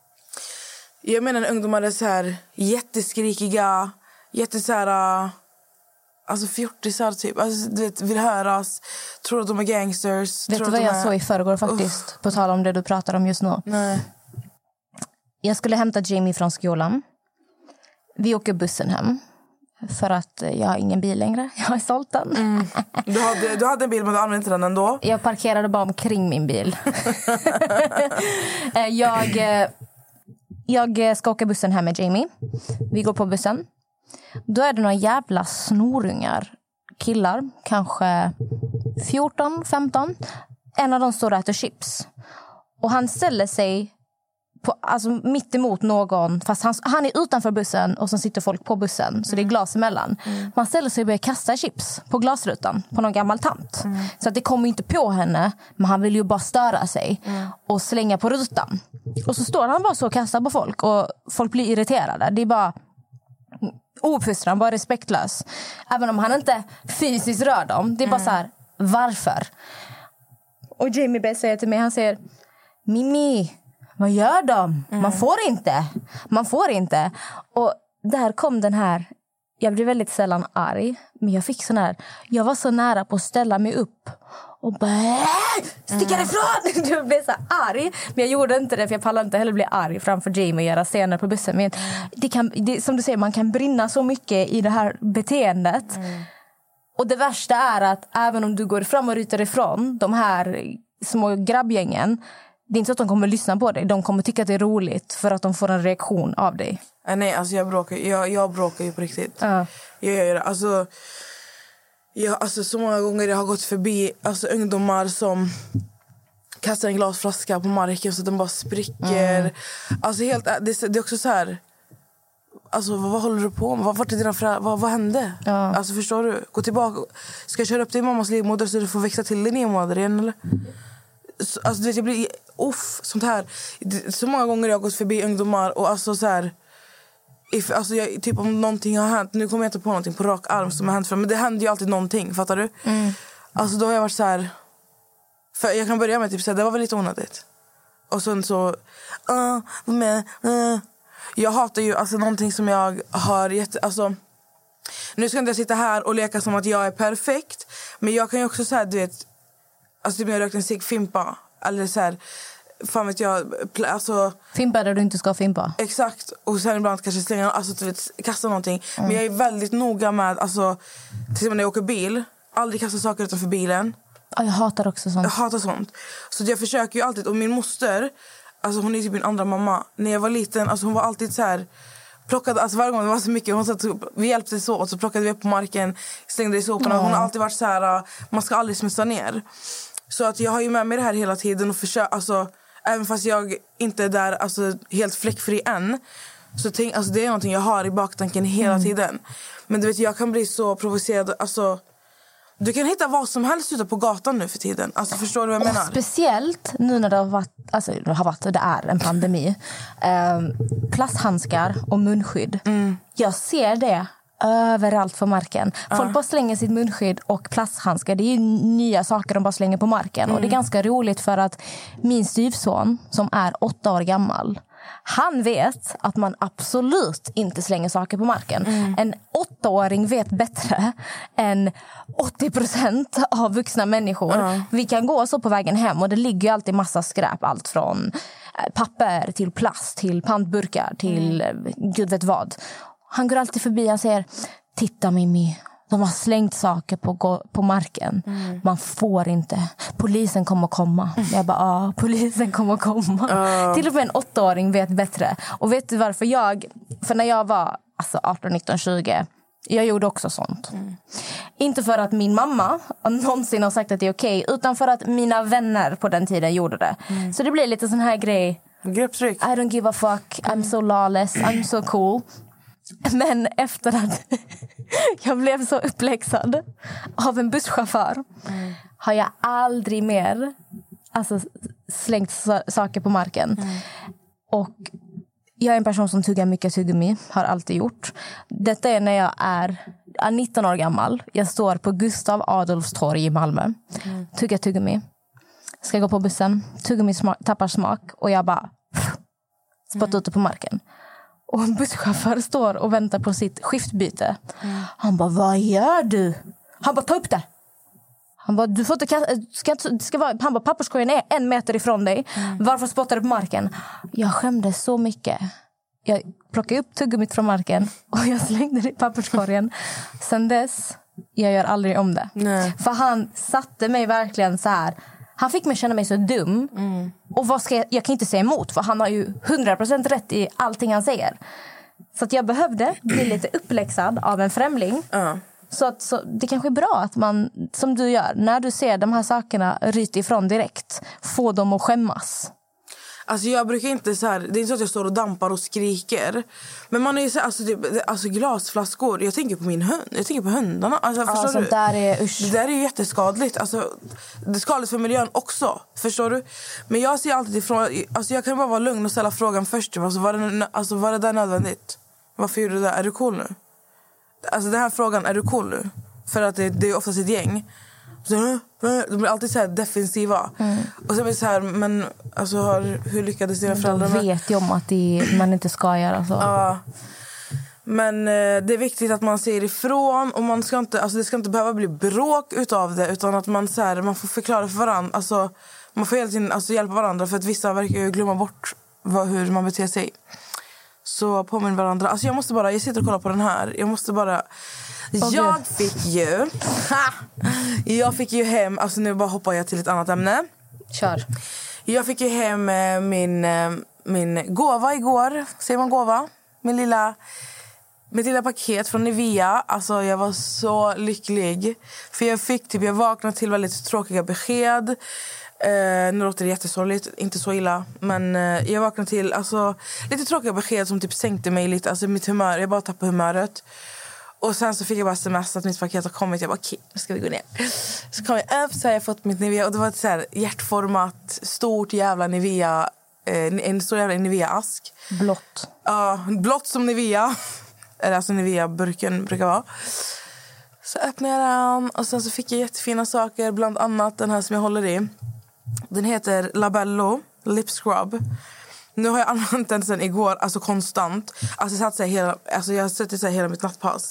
jag menar när ungdomar är så här jätteskrikiga, jätte så här... Alltså fjortisar typ. Alltså, du vet, vill höras. Tror att de är gangsters. Vet du vad jag är... såg i förrgår faktiskt? Uh. På tal om det du pratar om just nu. Nej. Jag skulle hämta Jamie från skolan. Vi åker bussen hem. För att jag har ingen bil längre. Jag har sålt den. Mm. Du, hade, du hade en bil men du använde inte den ändå? Jag parkerade bara omkring min bil. jag, jag ska åka bussen hem med Jamie. Vi går på bussen. Då är det några jävla snorungar. Killar, kanske fjorton, femton. En av dem står och äter chips. Och han ställer sig... På, alltså mitt emot någon, fast han, han är utanför bussen och så sitter folk på bussen, så det är glas emellan. Mm. Man ställer sig och börjar kasta chips på glasrutan på någon gammal tant. Mm. Så att det kommer inte på henne, men han vill ju bara störa sig mm. och slänga på rutan. Och så står han bara så och kastar på folk och folk blir irriterade. Det är bara ouppfostran, bara respektlös. Även om han inte fysiskt rör dem. Det är bara mm. så här, varför? Och Jamie B säger till mig, han säger Mimi, vad gör de? Mm. Man får inte. Man får inte. Och där kom den här... Jag blev väldigt sällan arg. Men jag fick sån här... Jag var så nära på att ställa mig upp. Och bara... Sticka mm. ifrån! Jag blev så arg. Men jag gjorde inte det. För jag pallade inte heller bli arg framför Jamie och göra scener på bussen. Men det kan, det, som du säger, man kan brinna så mycket i det här beteendet. Mm. Och det värsta är att även om du går fram och ryter ifrån de här små grabbgängen... Det är inte så att de kommer lyssna på dig. De kommer tycka att det är roligt för att de får en reaktion av dig. Äh, nej, alltså jag bråkar, jag, jag bråkar ju på riktigt. Uh. Jag gör det. Alltså, jag, alltså, så många gånger jag har gått förbi alltså, ungdomar som kastar en glasflaska på marken så att den bara spricker. Mm. Alltså, helt, det, det är också så här... Alltså, vad, vad håller du på med? Vad, vart är dina frä, vad, vad hände? Uh. Alltså, förstår du? Gå tillbaka. Ska jag köra upp din mammas livmoder så du får växa till din livmoder igen, eller? Alltså, du vet, jag blir off, sånt här. Så många gånger jag har gått förbi ungdomar och alltså så här, if, alltså jag, typ om någonting har hänt, nu kommer jag inte på någonting på rak arm som har hänt för, men det händer ju alltid någonting, fattar du? Mm. Alltså då har jag varit så här, för jag kan börja med typ så här, det var väl lite onödigt. Och sen så uh, med, uh. jag hatar ju alltså någonting som jag har jätte, alltså nu ska inte jag sitta här och leka som att jag är perfekt, men jag kan ju också så här, du vet, alltså typ när jag rökt en cigg fimpa eller så här, fan vet jag, alltså... Fimpa där du inte ska fimpa. Exakt. Och sen ibland kanske slänga, alltså du vet, kasta någonting. Mm. Men jag är väldigt noga med, alltså, till exempel när jag åker bil, aldrig kasta saker utanför bilen. Ja, jag hatar också sånt. Jag hatar sånt. Så jag försöker ju alltid, och min moster, alltså hon är typ min andra mamma. När jag var liten, alltså hon var alltid så här... Plockade, alltså varje gång det var så mycket, hon satt, vi hjälpte så och så plockade vi upp på marken, slängde i soporna. Mm. Hon har alltid varit så här, man ska aldrig smutsa ner. Så att jag har ju med mig det här hela tiden och försöker, alltså, även fast jag inte är där alltså, helt fläckfri än, så tänk, alltså, det är någonting jag har i baktanken hela mm. tiden. Men du vet, jag kan bli så provocerad, alltså, du kan hitta vad som helst ute på gatan nu för tiden. Alltså, förstår du vad jag menar? Och speciellt nu när det har varit, alltså det har varit, det är en pandemi. Eh, plasthandskar och munskydd. Mm. Jag ser det överallt på marken. Folk uh. bara slänger sitt munskydd och plasthandskar. Det är ju nya saker de bara slänger på marken. Mm. Och det är ganska roligt för att min styvson som är åtta år gammal, han vet att man absolut inte slänger saker på marken. Mm. En åttaåring vet bättre än åttio procent av vuxna människor. Mm. Vi kan gå så på vägen hem och det ligger ju alltid massa skräp. Allt från papper till plast till pantburkar till mm. gud vet vad. Han går alltid förbi och säger, titta Mimmi, de har slängt saker på, på marken. Mm. Man får inte. Polisen kommer komma. Mm. Jag bara, ja, polisen kommer komma. Uh. Till och med en åttaåring vet bättre. Och vet du varför jag... För när jag var alltså arton, nitton, tjugo, jag gjorde också sånt. Mm. Inte för att min mamma någonsin har sagt att det är okej, utan för att mina vänner på den tiden gjorde det. Mm. Så det blir lite sån här grej. Grupptryck. I don't give a fuck. I'm so lawless. I'm so cool. Men efter att jag blev så uppläxad av en busschaufför mm. har jag aldrig mer alltså, slängt saker på marken. Mm. Och jag är en person som tuggar mycket tuggummi, har alltid gjort. Detta är när jag är nitton år gammal. Jag står på Gustav Adolfs torg i Malmö. Mm. Tuggar tuggummi. Ska gå på bussen. Tuggummi smak, tappar smak. Och jag bara spottar mm. ut det på marken. Och en busschaufför står och väntar på sitt skiftbyte. Mm. Han bara, vad gör du? Han bara, ta upp det. Han bara, du får inte kasta, ska, ska vara, han bara, papperskorgen är en meter ifrån dig. Mm. Varför spottar du på marken? Jag skämdes så mycket. Jag plockade upp tuggummit från marken och jag slängde det i papperskorgen. Sen dess, jag gör aldrig om det. Nej. För han satte mig verkligen så här. Han fick mig känna mig så dum. Mm. Och vad ska jag, jag kan inte säga emot. För han har ju hundra procent rätt i allting han säger. Så att jag behövde bli lite uppläxad av en främling. Uh. Så, att, så det kanske är bra att man, som du gör, när du ser de här sakerna ryta ifrån direkt, få dem att skämmas. Alltså jag brukar inte så här, det är inte så att jag står och dampar och skriker. Men man är ju så här, alltså, det, alltså glasflaskor, jag tänker på min hund, jag tänker på hundarna. Alltså, ja, förstår du? Där är, usch. Det där är ju jätteskadligt. Alltså, det är skadligt för miljön också, förstår du? Men jag ser alltid ifrån, alltså jag kan bara vara lugn och ställa frågan först. Alltså var det, alltså, var det där nödvändigt? Varför gjorde du det där? Är du cool nu? Alltså den här frågan, är du cool nu? För att det, det är oftast ett gäng. Så, de blir alltid så här defensiva. Mm. Och så blir det så här, men alltså, har, hur lyckades dina föräldrar? De vet ju om att det, man inte ska göra så. Ja. Men eh, det är viktigt att man ser ifrån. Och man ska inte, alltså, det ska inte behöva bli bråk utav det. Utan att man, så här, man får förklara för varandra. Alltså, man får hela tiden alltså, hjälpa varandra. För att vissa verkar ju glömma bort vad, hur man beter sig. Så påminner varandra. Alltså jag måste bara, jag sitter och kollar på den här. Jag måste bara... Oh, jag Gud. fick ju... jag fick ju hem... Alltså nu bara hoppar jag till ett annat ämne. Kör. Jag fick ju hem min, min gåva igår. Säger man gåva? Min lilla... Mitt lilla paket från Nivea. Alltså jag var så lycklig. För jag fick typ... Jag vaknade till väldigt tråkiga besked. Uh, nu låter det jättesorgligt, inte så illa. Men uh, jag vaknade till alltså, lite tråkiga besked som typ sänkte mig lite. Alltså mitt humör, jag bara tappade humöret. Och sen så fick jag bara sms att mitt paket har kommit. Jag bara okej, okay, nu ska vi gå ner. Så kom jag upp, så har jag fått mitt Nivea. Och det var ett så här hjärtformat, stort jävla Nivea. Uh, en stor jävla Nivea-ask. Blått. Ja, uh, blått som Nivea. Eller alltså Nivea-burken brukar vara. Så öppnade jag den. Och sen så fick jag jättefina saker. Bland annat den här som jag håller i. Den heter Labello Lip Scrub. Nu har jag använt den sen igår, alltså konstant. Alltså jag, satt så här hela, alltså jag har suttit så här hela mitt nattpass.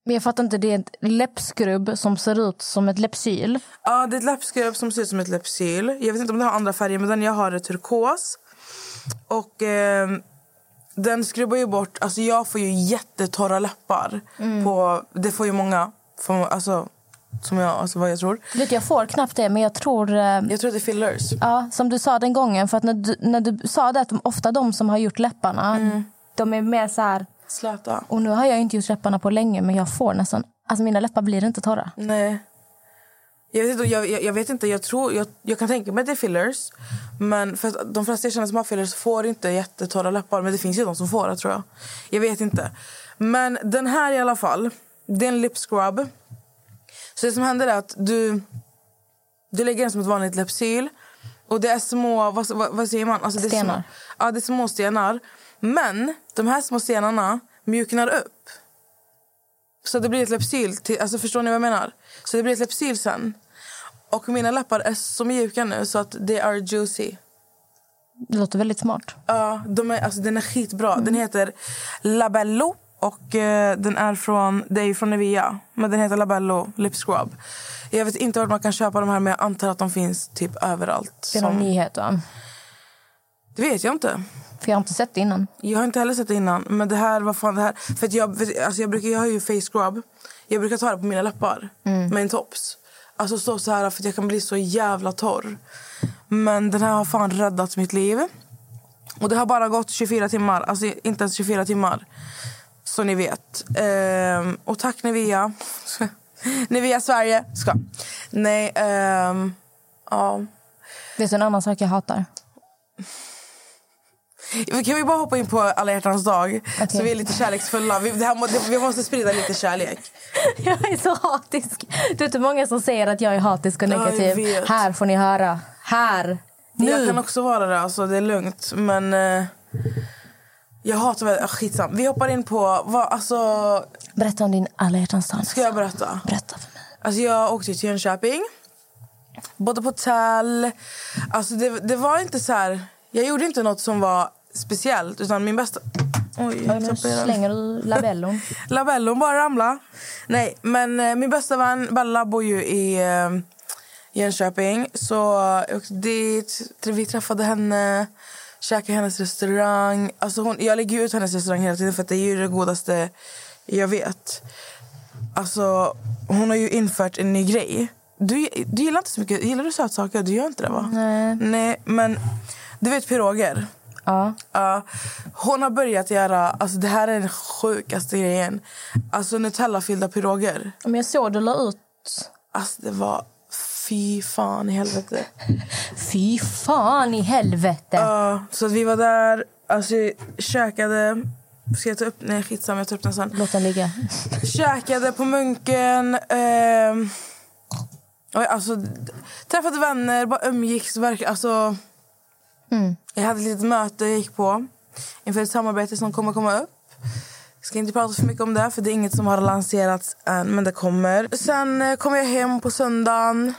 Men jag fattar inte, det är ett läppskrubb som ser ut som ett läppsyl. Ja, det är ett läppskrubb som ser ut som ett läppsyl. Jag vet inte om det har andra färger, men den jag har är turkos. Och eh, den skrubbar ju bort, alltså jag får ju jättetorra läppar. Mm. På, det får ju många, för, alltså, som jag, alltså vad jag tror. Vet, jag får knappt det, men jag tror... Eh, jag tror att det är fillers. Ja, som du sa den gången, för att när du, när du sa det att de, ofta de som har gjort läpparna, mm. de är mer så här... Släta. Och nu har jag inte gjort läpparna på länge, men jag får nästan... Alltså mina läppar blir inte torra. Nej. Jag vet inte, jag, jag, jag vet inte, jag tror... Jag, jag kan tänka mig att det är fillers. Men för att de flesta jag känner som har fillers får inte jättetorra läppar. Men det finns ju de som får det, tror jag. Jag vet inte. Men den här i alla fall, det är en lip scrub. Så det som händer är att du... Du lägger den som ett vanligt läppsyl. Och det är små... Vad, vad, vad säger man? Alltså det är stenar. Små, ja, det är små stenar. Men de här små stenarna mjuknar upp. Så det blir ett läppsyl. Till, alltså förstår ni vad jag menar? Så det blir ett läppsyl sen. Och mina läppar är så mjuka nu så att they are juicy. Det låter väldigt smart. Ja, de är, alltså den är skitbra. Mm. Den heter Labello. Och eh, den är från, det är från Nivea. Men den heter Labello Lip Scrub. Jag vet inte vart man kan köpa de här, men jag antar att de finns typ överallt. Det är någon nyhet, va? Det vet jag inte. För jag har inte sett det innan. Jag har inte heller sett det innan. Men det här, vad fan det här... För att jag, för, alltså jag, brukar, jag har ju face scrub. Jag brukar ta det på mina läppar. Mm. Med en tops. Alltså stå så här för att jag kan bli så jävla torr. Men den här har fan räddat mitt liv. Och det har bara gått tjugofyra timmar. Alltså inte ens tjugofyra timmar. Så ni vet. Ehm, och tack Nivea. Nivea Sverige. Ska. Nej, ehm, ja. Det är en annan sak jag hatar. Kan vi bara hoppa in på alla hjärtans dag? Okay. Så vi är lite kärleksfulla. Vi, det här må, det, vi måste sprida lite kärlek. Jag är så hatisk. Det är inte många som säger att jag är hatisk och negativ. Ja, här får ni höra. Här. Nu. Jag kan också vara det. Alltså, det är lugnt. Men eh, jag hatar väl... Ah, skitsam. Vi hoppar in på... Vad, alltså, berätta om din alla hjärtans dag. Ska jag berätta? Berätta för mig. Alltså, jag åkte till Jönköping. Bodde på hotell. Alltså, det, det var inte så här... Jag gjorde inte något som var speciellt, utan min bästa... Oj, ja, nu slänger du labellon. Labellon bara ramla. Nej, men eh, min bästa vän Bella bor ju i eh, Jönköping. Så jag åkte dit, vi träffade henne, käkade hennes restaurang. Alltså hon, jag lägger ut hennes restaurang hela tiden för att det är ju det godaste jag vet. Alltså, hon har ju infört en ny grej. Du, du gillar inte så mycket, gillar du sötsaker? Du gör inte det, va? Nej. Nej, men... Du vet piroger? Ja. Uh, hon har börjat göra... Alltså det här är den sjukaste grejen. Alltså Nutella-fyllda piroger. Men jag såg du la ut... Alltså det var... Fy fan i helvete. Fy fan i helvete. Uh, så att vi var där. Alltså käkade... Ska jag ta upp... Nej, skitsam, jag tar upp den sen. Låt den ligga. Käkade på Munken. Uh, alltså... Träffade vänner. Bara umgicks. Alltså... Mm. Jag hade ett litet möte jag gick på inför ett samarbete som kommer komma upp. Jag ska inte prata för mycket om det, för det är inget som har lanserats än, men det kommer. Sen eh, kom jag hem på söndagen.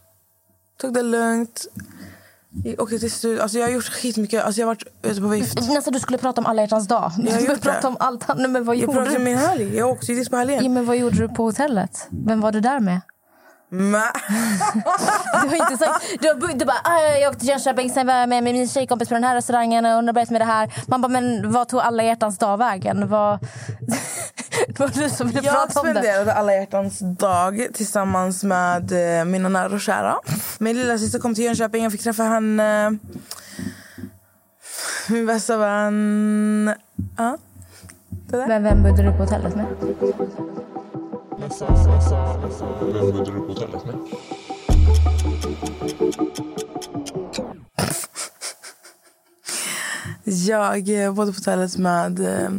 Tog det lugnt. Jag åkte till studion. Alltså jag har gjort skitmycket. Alltså jag har varit ute på vift. Nästan du skulle prata om alla hjärtans dag. Du skulle prata om allt annat. Men vad jag gjorde pratade du? om min helg. Jag åkte ju dit på helgen. Ja, men vad gjorde du på hotellet? Vem var du där med? Ma. Du har inte sagt. Du, du bara, ah, jag åkte till Jönköping, sen var jag med min tjejkompis på den här restaurangen och hon har börjat med det här. Man bara, men vad tog alla hjärtans dag vägen? Vad... Det var du som ville jag prata om det. Jag spenderade alla hjärtans dag tillsammans med eh, mina nära och kära. Min lilla syster kom till Jönköping, jag fick träffa henne. Min bästa vän. Ja. Men vem bodde du på hotellet med? Vem bodde du på hotellet med? Jag bodde på hotellet med eh,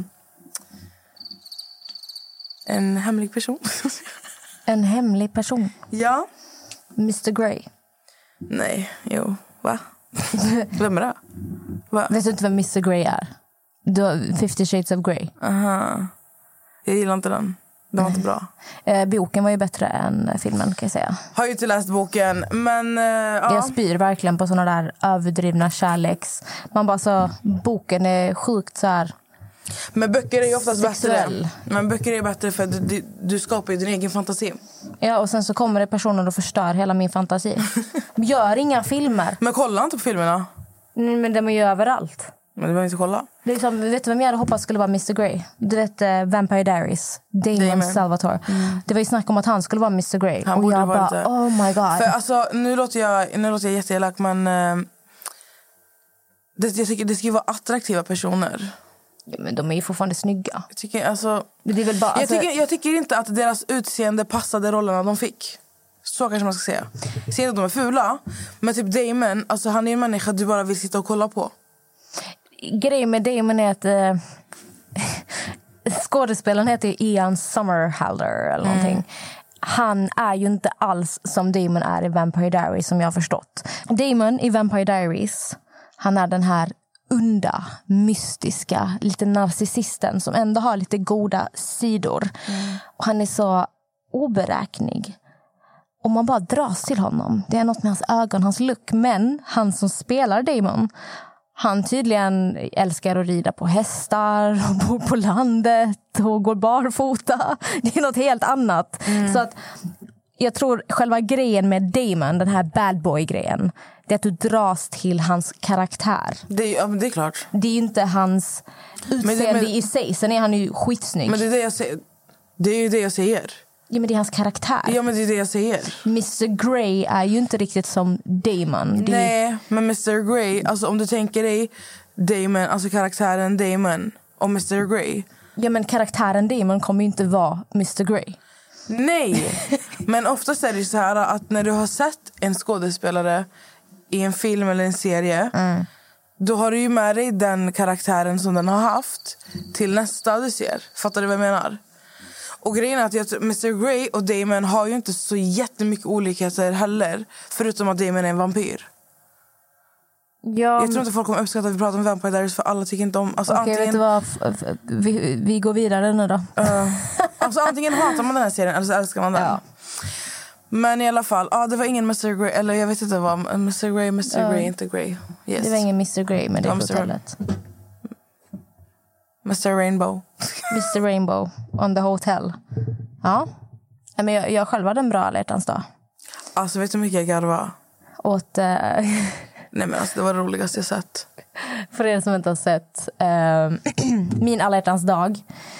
en hemlig person. En hemlig person? Ja. mister Grey? Nej, jo. Va? Vem är det? Va? Vet du inte vem mister Grey är? Du har Fifty Shades of Grey. Aha. Jag gillar inte den. Den var inte bra. Eh, boken var ju bättre än filmen, kan jag säga. Har ju inte läst boken, men... Eh, ja. Jag spyr verkligen på såna där överdrivna kärleks. Man bara så, boken är sjukt så här... Men böcker är ju oftast sexuell. bättre. Men böcker är bättre för att du, du skapar ju din egen fantasi. Ja, och sen så kommer det personer och förstör hela min fantasi. Gör inga filmer. Men kolla inte på filmerna. Nej, men de är ju överallt. Men du behöver inte kolla. Det är liksom, vet du vem jag hade hoppats skulle vara mister Grey? Du vet uh, Vampire Diaries. Damon, Damon. Salvatore. Mm. Det var ju snack om att han skulle vara mister Grey. Han och jag bara, det. oh my god. För alltså, nu låter jag, nu låter jag jätteelak, men uh, det, jag tycker det ska ju vara attraktiva personer. Ja, men de är ju fortfarande snygga. Jag tycker, alltså, det är väl bara, alltså... jag, tycker, jag tycker inte att deras utseende passade rollerna de fick. Så kanske man ska säga. Jag ser inte att de är fula, men typ Damon, alltså han är en människa du bara vill sitta och kolla på. Grejen med Damon är att eh, skådespelaren heter Ian Somerhalder eller någonting. Mm. Han är ju inte alls som Damon är i Vampire Diaries, som jag har förstått. Damon i Vampire Diaries, han är den här onda, mystiska, lite narcissisten som ändå har lite goda sidor. Mm. Och han är så oberäknig. Och man bara dras till honom. Det är något med hans ögon, hans look. Men han som spelar Damon, han tydligen älskar att rida på hästar och bor på landet och går barfota. Det är något helt annat. Mm. Så att jag tror själva grejen med Damon, den här bad boy-grejen, det är att du dras till hans karaktär. Det är, ja, men det är klart. Det är ju inte hans utseende men det, men, i sig. Sen är han ju skitsnygg. Men det är, det, jag säger. Det är ju det jag säger. Ja, men det är hans karaktär. Ja, men det är det jag säger. mister Grey är ju inte riktigt som Damon. Det Nej, är... men mister Grey, alltså om du tänker dig Damon, alltså karaktären Damon och mister Grey. Ja, men karaktären Damon kommer ju inte vara mister Grey. Nej, men oftast är det så här att när du har sett en skådespelare i en film eller en serie, mm. då har du ju med dig den karaktären som den har haft till nästa du ser. Fattar du vad jag menar? Och grejen är att mister Grey och Damon har ju inte så jättemycket olikheter heller. Förutom att Damon är en vampyr. Ja, jag tror inte folk kommer uppskatta att vi pratar om Vampire Diaries, för alla tycker inte om... Alltså, okej, antingen... vet du vad? Vi, vi går vidare nu då. Uh, alltså antingen hatar man den här serien eller så älskar man den. Ja. Men i alla fall, ja, det var ingen mister Grey, eller jag vet inte vad, mister Grey, mister Uh, Grey, inte Grey. Yes. Det var ingen mister Grey, men det är hotellet. mister Rainbow. mister Rainbow on the hotel. Ja. Men jag, jag själv hade en bra alla hjärtans dag. Alltså vet du hur mycket jag garvade? Åt... Uh... Nej, men alltså det var det roligaste jag sett. För er som inte har sett uh, min alla hjärtans dag.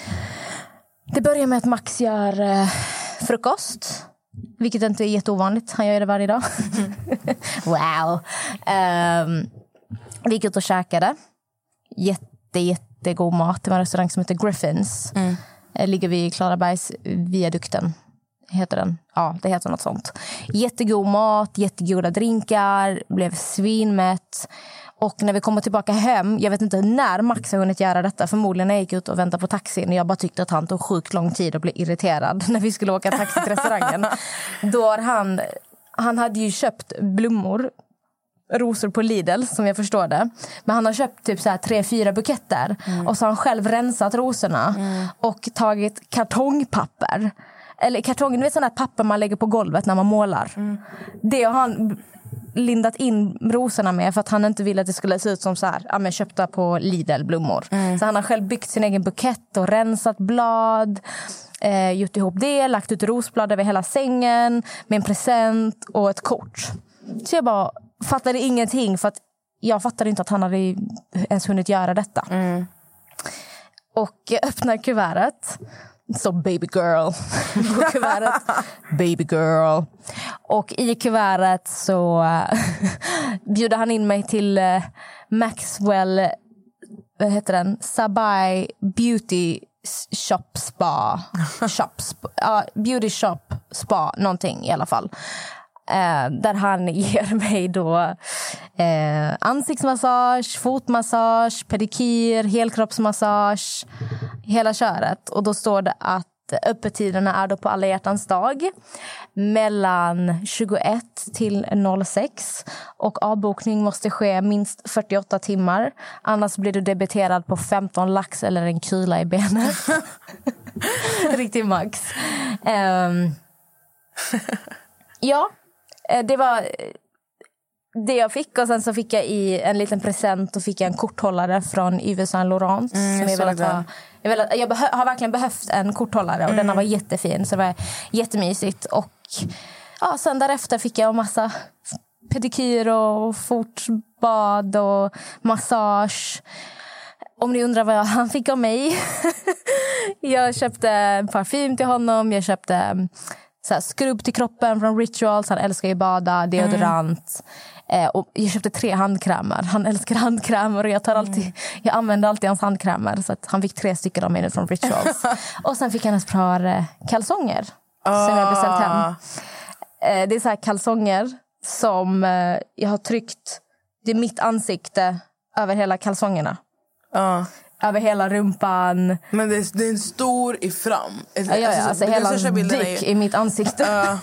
Det börjar med att Max gör uh, frukost. Vilket inte är jätteovanligt. Han gör det varje dag. Wow. Um, vi gick ut och käkade. Jätte, jättegod mat. Det var en restaurang som heter Griffins. Mm. Ligger vid Klarabergs viadukten. Heter den? Ja, det heter något sånt. Jättegod mat, jättegoda drinkar. Blev svinmätt. Och när vi kommer tillbaka hem, jag vet inte när Max har hunnit göra detta. Förmodligen när jag gick ut och väntade på taxin. Jag bara tyckte att han tog sjukt lång tid och blev irriterad när vi skulle åka taxi till restaurangen. Då har han, han hade ju köpt blommor, rosor på Lidl, som jag förstår det. Men han har köpt typ så här tre, fyra buketter. Mm. Och så har han själv rensat rosorna. Mm. Och tagit kartongpapper. Eller kartong, du vet sådana här papper man lägger på golvet när man målar. Mm. Det har han lindat in rosorna med för att han inte ville att det skulle se ut som så här, ja, men köpta på Lidl-blommor. Mm. Så han har själv byggt sin egen bukett och rensat blad, eh, gjort ihop det, lagt ut rosblad över hela sängen med en present och ett kort. Så jag bara fattade ingenting, för att jag fattade inte att han hade ens hunnit göra detta. Mm. Och jag öppnar kuvertet. Så baby girl på kuvertet. Baby girl. Och i kuvertet så uh, bjuder han in mig till uh, Maxwell, vad heter den? Sabai Beauty Shop Spa. Shop, uh, beauty Shop Spa, någonting i alla fall. Uh, där han ger mig då uh, ansiktsmassage, fotmassage, pedikyr, helkroppsmassage, hela köret. Och då står det att öppettiderna är då på alla hjärtans dag mellan tjugoett till sex, och avbokning måste ske minst fyrtioåtta timmar, annars blir du debiterad på femton lax eller en kula i benet. Riktigt max. Um, ja, det var det jag fick. Och sen så fick jag i en liten present och fick jag en korthållare från Yves Saint Laurent. Mm, som jag, velat ha. jag, velat, jag behö, har verkligen behövt en korthållare och mm. den var jättefin. Så det var jättemysigt. Och ja, sen därefter fick jag en massa pedikyr och fotbad och massage. Om ni undrar vad han fick av mig. Jag köpte parfym till honom. Jag köpte så här, skrubb till kroppen från Rituals. Han älskar ju bada, deodorant. Mm. Eh, och jag köpte tre handkrämer. Han älskar handkrämer och jag, tar alltid, mm. jag använder alltid hans handkrämer. Så att han fick tre stycken av mig nu från Rituals. Och sen fick han ett par eh, kalsonger. Oh. Som jag beställt hem. Eh, det är så här kalsonger som eh, jag har tryckt. Det är mitt ansikte över hela kalsongerna. Uh. Över hela rumpan. Men det är, det är en stor i fram. Ja, ja, ja. Alltså, hela dick i mitt ansikte. Uh.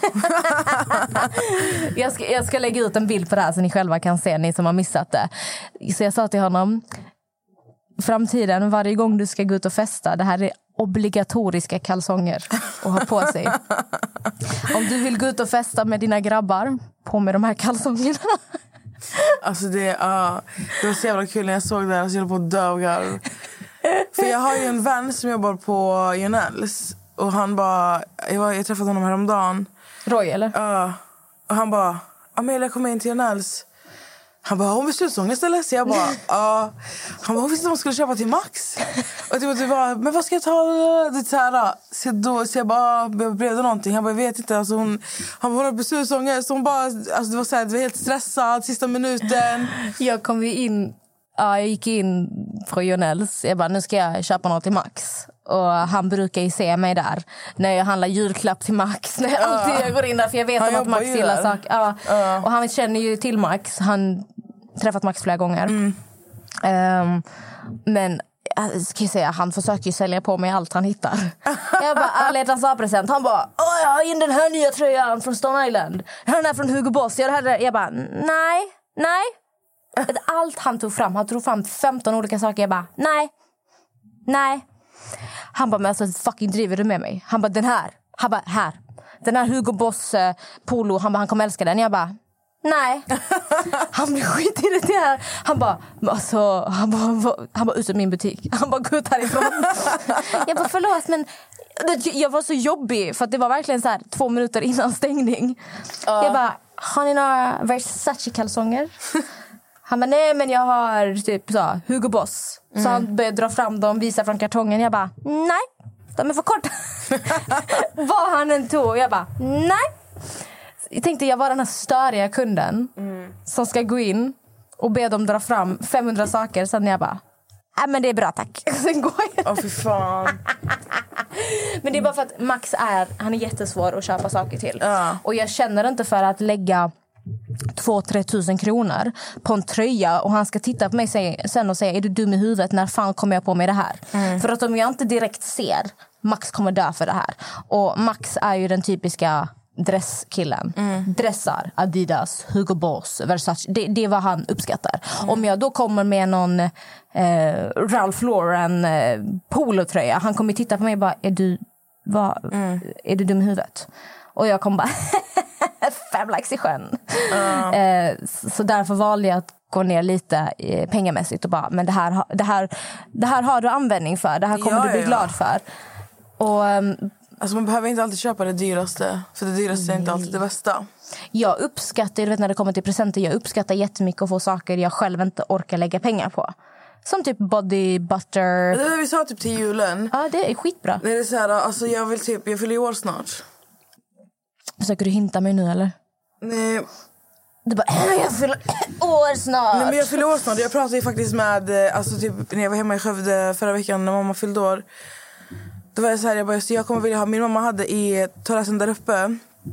jag, ska, jag ska lägga ut en bild på det här så ni själva kan se, ni som har missat det. Så jag sa till honom, framtiden, varje gång du ska gå ut och festa, det här är obligatoriska kalsonger att ha på sig. Om du vill gå ut och festa med dina grabbar, på med de här kalsongerna. Alltså det, uh, det var så jävla kul när jag såg det här. Alltså jag höll på att dö av garv. För jag har ju en vän som jobbar på Jonells. Och han bara, jag, var, jag träffade honom häromdagen. Roy eller? Ja, uh, och han bara, Amelia kom in till Jonells. Han bara, hon vill slutsångest eller? Så jag bara, ja. Uh. Han bara, hon visste att hon skulle köpa till Max. Och typ, du bara, men vad ska jag ta? Det så här, så, då, så jag bara, blev det någonting? Han bara, jag vet inte. Alltså hon, han bara, hon har beslutsångest. Hon bara, alltså det var så här, det var helt stressad sista minuten. Jag kom ju in, ja, jag gick in från Jonells. Jag bara, nu ska jag köpa något till Max. Och han brukar ju se mig där när jag handlar julklapp till Max. När jag uh. alltid jag går in där, för jag vet om att Max gillar saker. Ja. Uh. Och han känner ju till Max. Han träffat Max flera gånger. Mm. Um, men ska jag säga, han försöker ju sälja på mig allt han hittar. Jag bara, ärlighetens A-present. Han bara, åh, jag har in den här nya tröjan från Stone Island. Jag har den här från Hugo Boss. Jag, hade... jag bara, nej, nej. Allt han tog fram, han tog fram femton olika saker. Jag bara, nej, nej. Han bara, men alltså fucking driver du med mig? Han bara, den här. Han bara, här. Den här Hugo Boss uh, polo. Han bara, han kommer älska den. Jag bara, nej. Han blir skitirriterad. Han bara, alltså, han bara, han bara, han bara ut ur min butik. Han bara, gå ut härifrån. Jag bara, förlåt, men jag var så jobbig. För att det var verkligen så här två minuter innan stängning. Uh. Jag bara, har ni några Versace-kalsonger? Han bara, nej men jag har typ så, Hugo Boss. Så mm. han började dra fram dem, visa från kartongen. Jag bara, nej, de är för korta. Vad han än tog. Jag bara, nej. Jag tänkte jag var den här störiga kunden mm. som ska gå in och be dem dra fram femhundra saker. Sen jag bara, nej men det är bra tack. Sen går jag. Åh, fy fan. Men det är bara för att Max är, han är jättesvår att köpa saker till. Uh. Och jag känner inte för att lägga två till tre tusen kronor på en tröja och han ska titta på mig sen och säga, är du dum i huvudet, när fan kommer jag på mig det här? Mm. För att om jag inte direkt ser, Max kommer dö för det här. Och Max är ju den typiska dresskillen. Mm. Dressar, Adidas, Hugo Boss, Versace. Det, det är vad han uppskattar. Mm. Om jag då kommer med någon eh, Ralph Lauren eh, polotröja, han kommer titta på mig och bara, är du, vad, mm. är du dum i huvudet? Och jag kommer bara fem likes i sjön. Uh. Eh, så därför valde jag att gå ner lite eh, pengamässigt och bara, men det här, det, här, det här har du användning för. Det här kommer ja, du bli ja. glad för. Och, um, alltså man behöver inte alltid köpa det dyraste. För det dyraste nej. är inte alltid det bästa. Jag uppskattar, du vet när det kommer till presenter, jag uppskattar jättemycket att få saker jag själv inte orkar lägga pengar på. Som typ body butter. Det vi sa typ till julen. Ja, det är skitbra. Det är så här, alltså jag vill typ, jag fyller i år snart. Försöker du hinta mig nu eller? Nej. Du bara, jag fyller år snart. Nej, men jag fyller år snart. Jag pratade ju faktiskt med, alltså typ när jag var hemma i Skövde förra veckan när mamma fyllde år. Då var jag så här, jag bara, så jag kommer vilja ha, min mamma hade i terrassen där uppe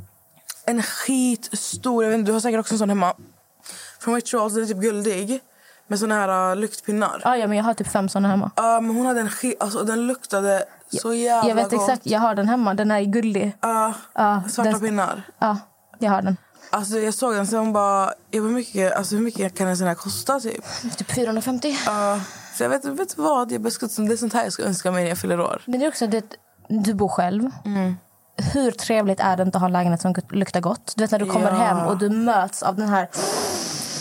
en skitstor, jag vet inte, du har säkert också en sån hemma. Från Rituals, den är typ guldig. Med såna här uh, luktpinnar. Ah, ja, men jag har typ fem såna hemma. Ja, uh, men hon hade en skit, alltså den luktade ja, så jävla Jag vet gott. exakt, jag har den hemma, den är gullig. Ja, uh, uh, svarta den, pinnar. Ja, uh, jag har den. Alltså jag såg den så hon bara, jag hur mycket, alltså hur mycket kan en sån här kosta typ? Typ fyrahundrafemtio. Ja, uh, så jag vet, vet vad, jag beskutt, det är sånt här jag ska önska mig när jag fyller år. Men det är också det, du bor själv. Mm. Hur trevligt är det inte att ha en lägenhet som luktar gott? Du vet när du kommer ja. hem och du möts av den här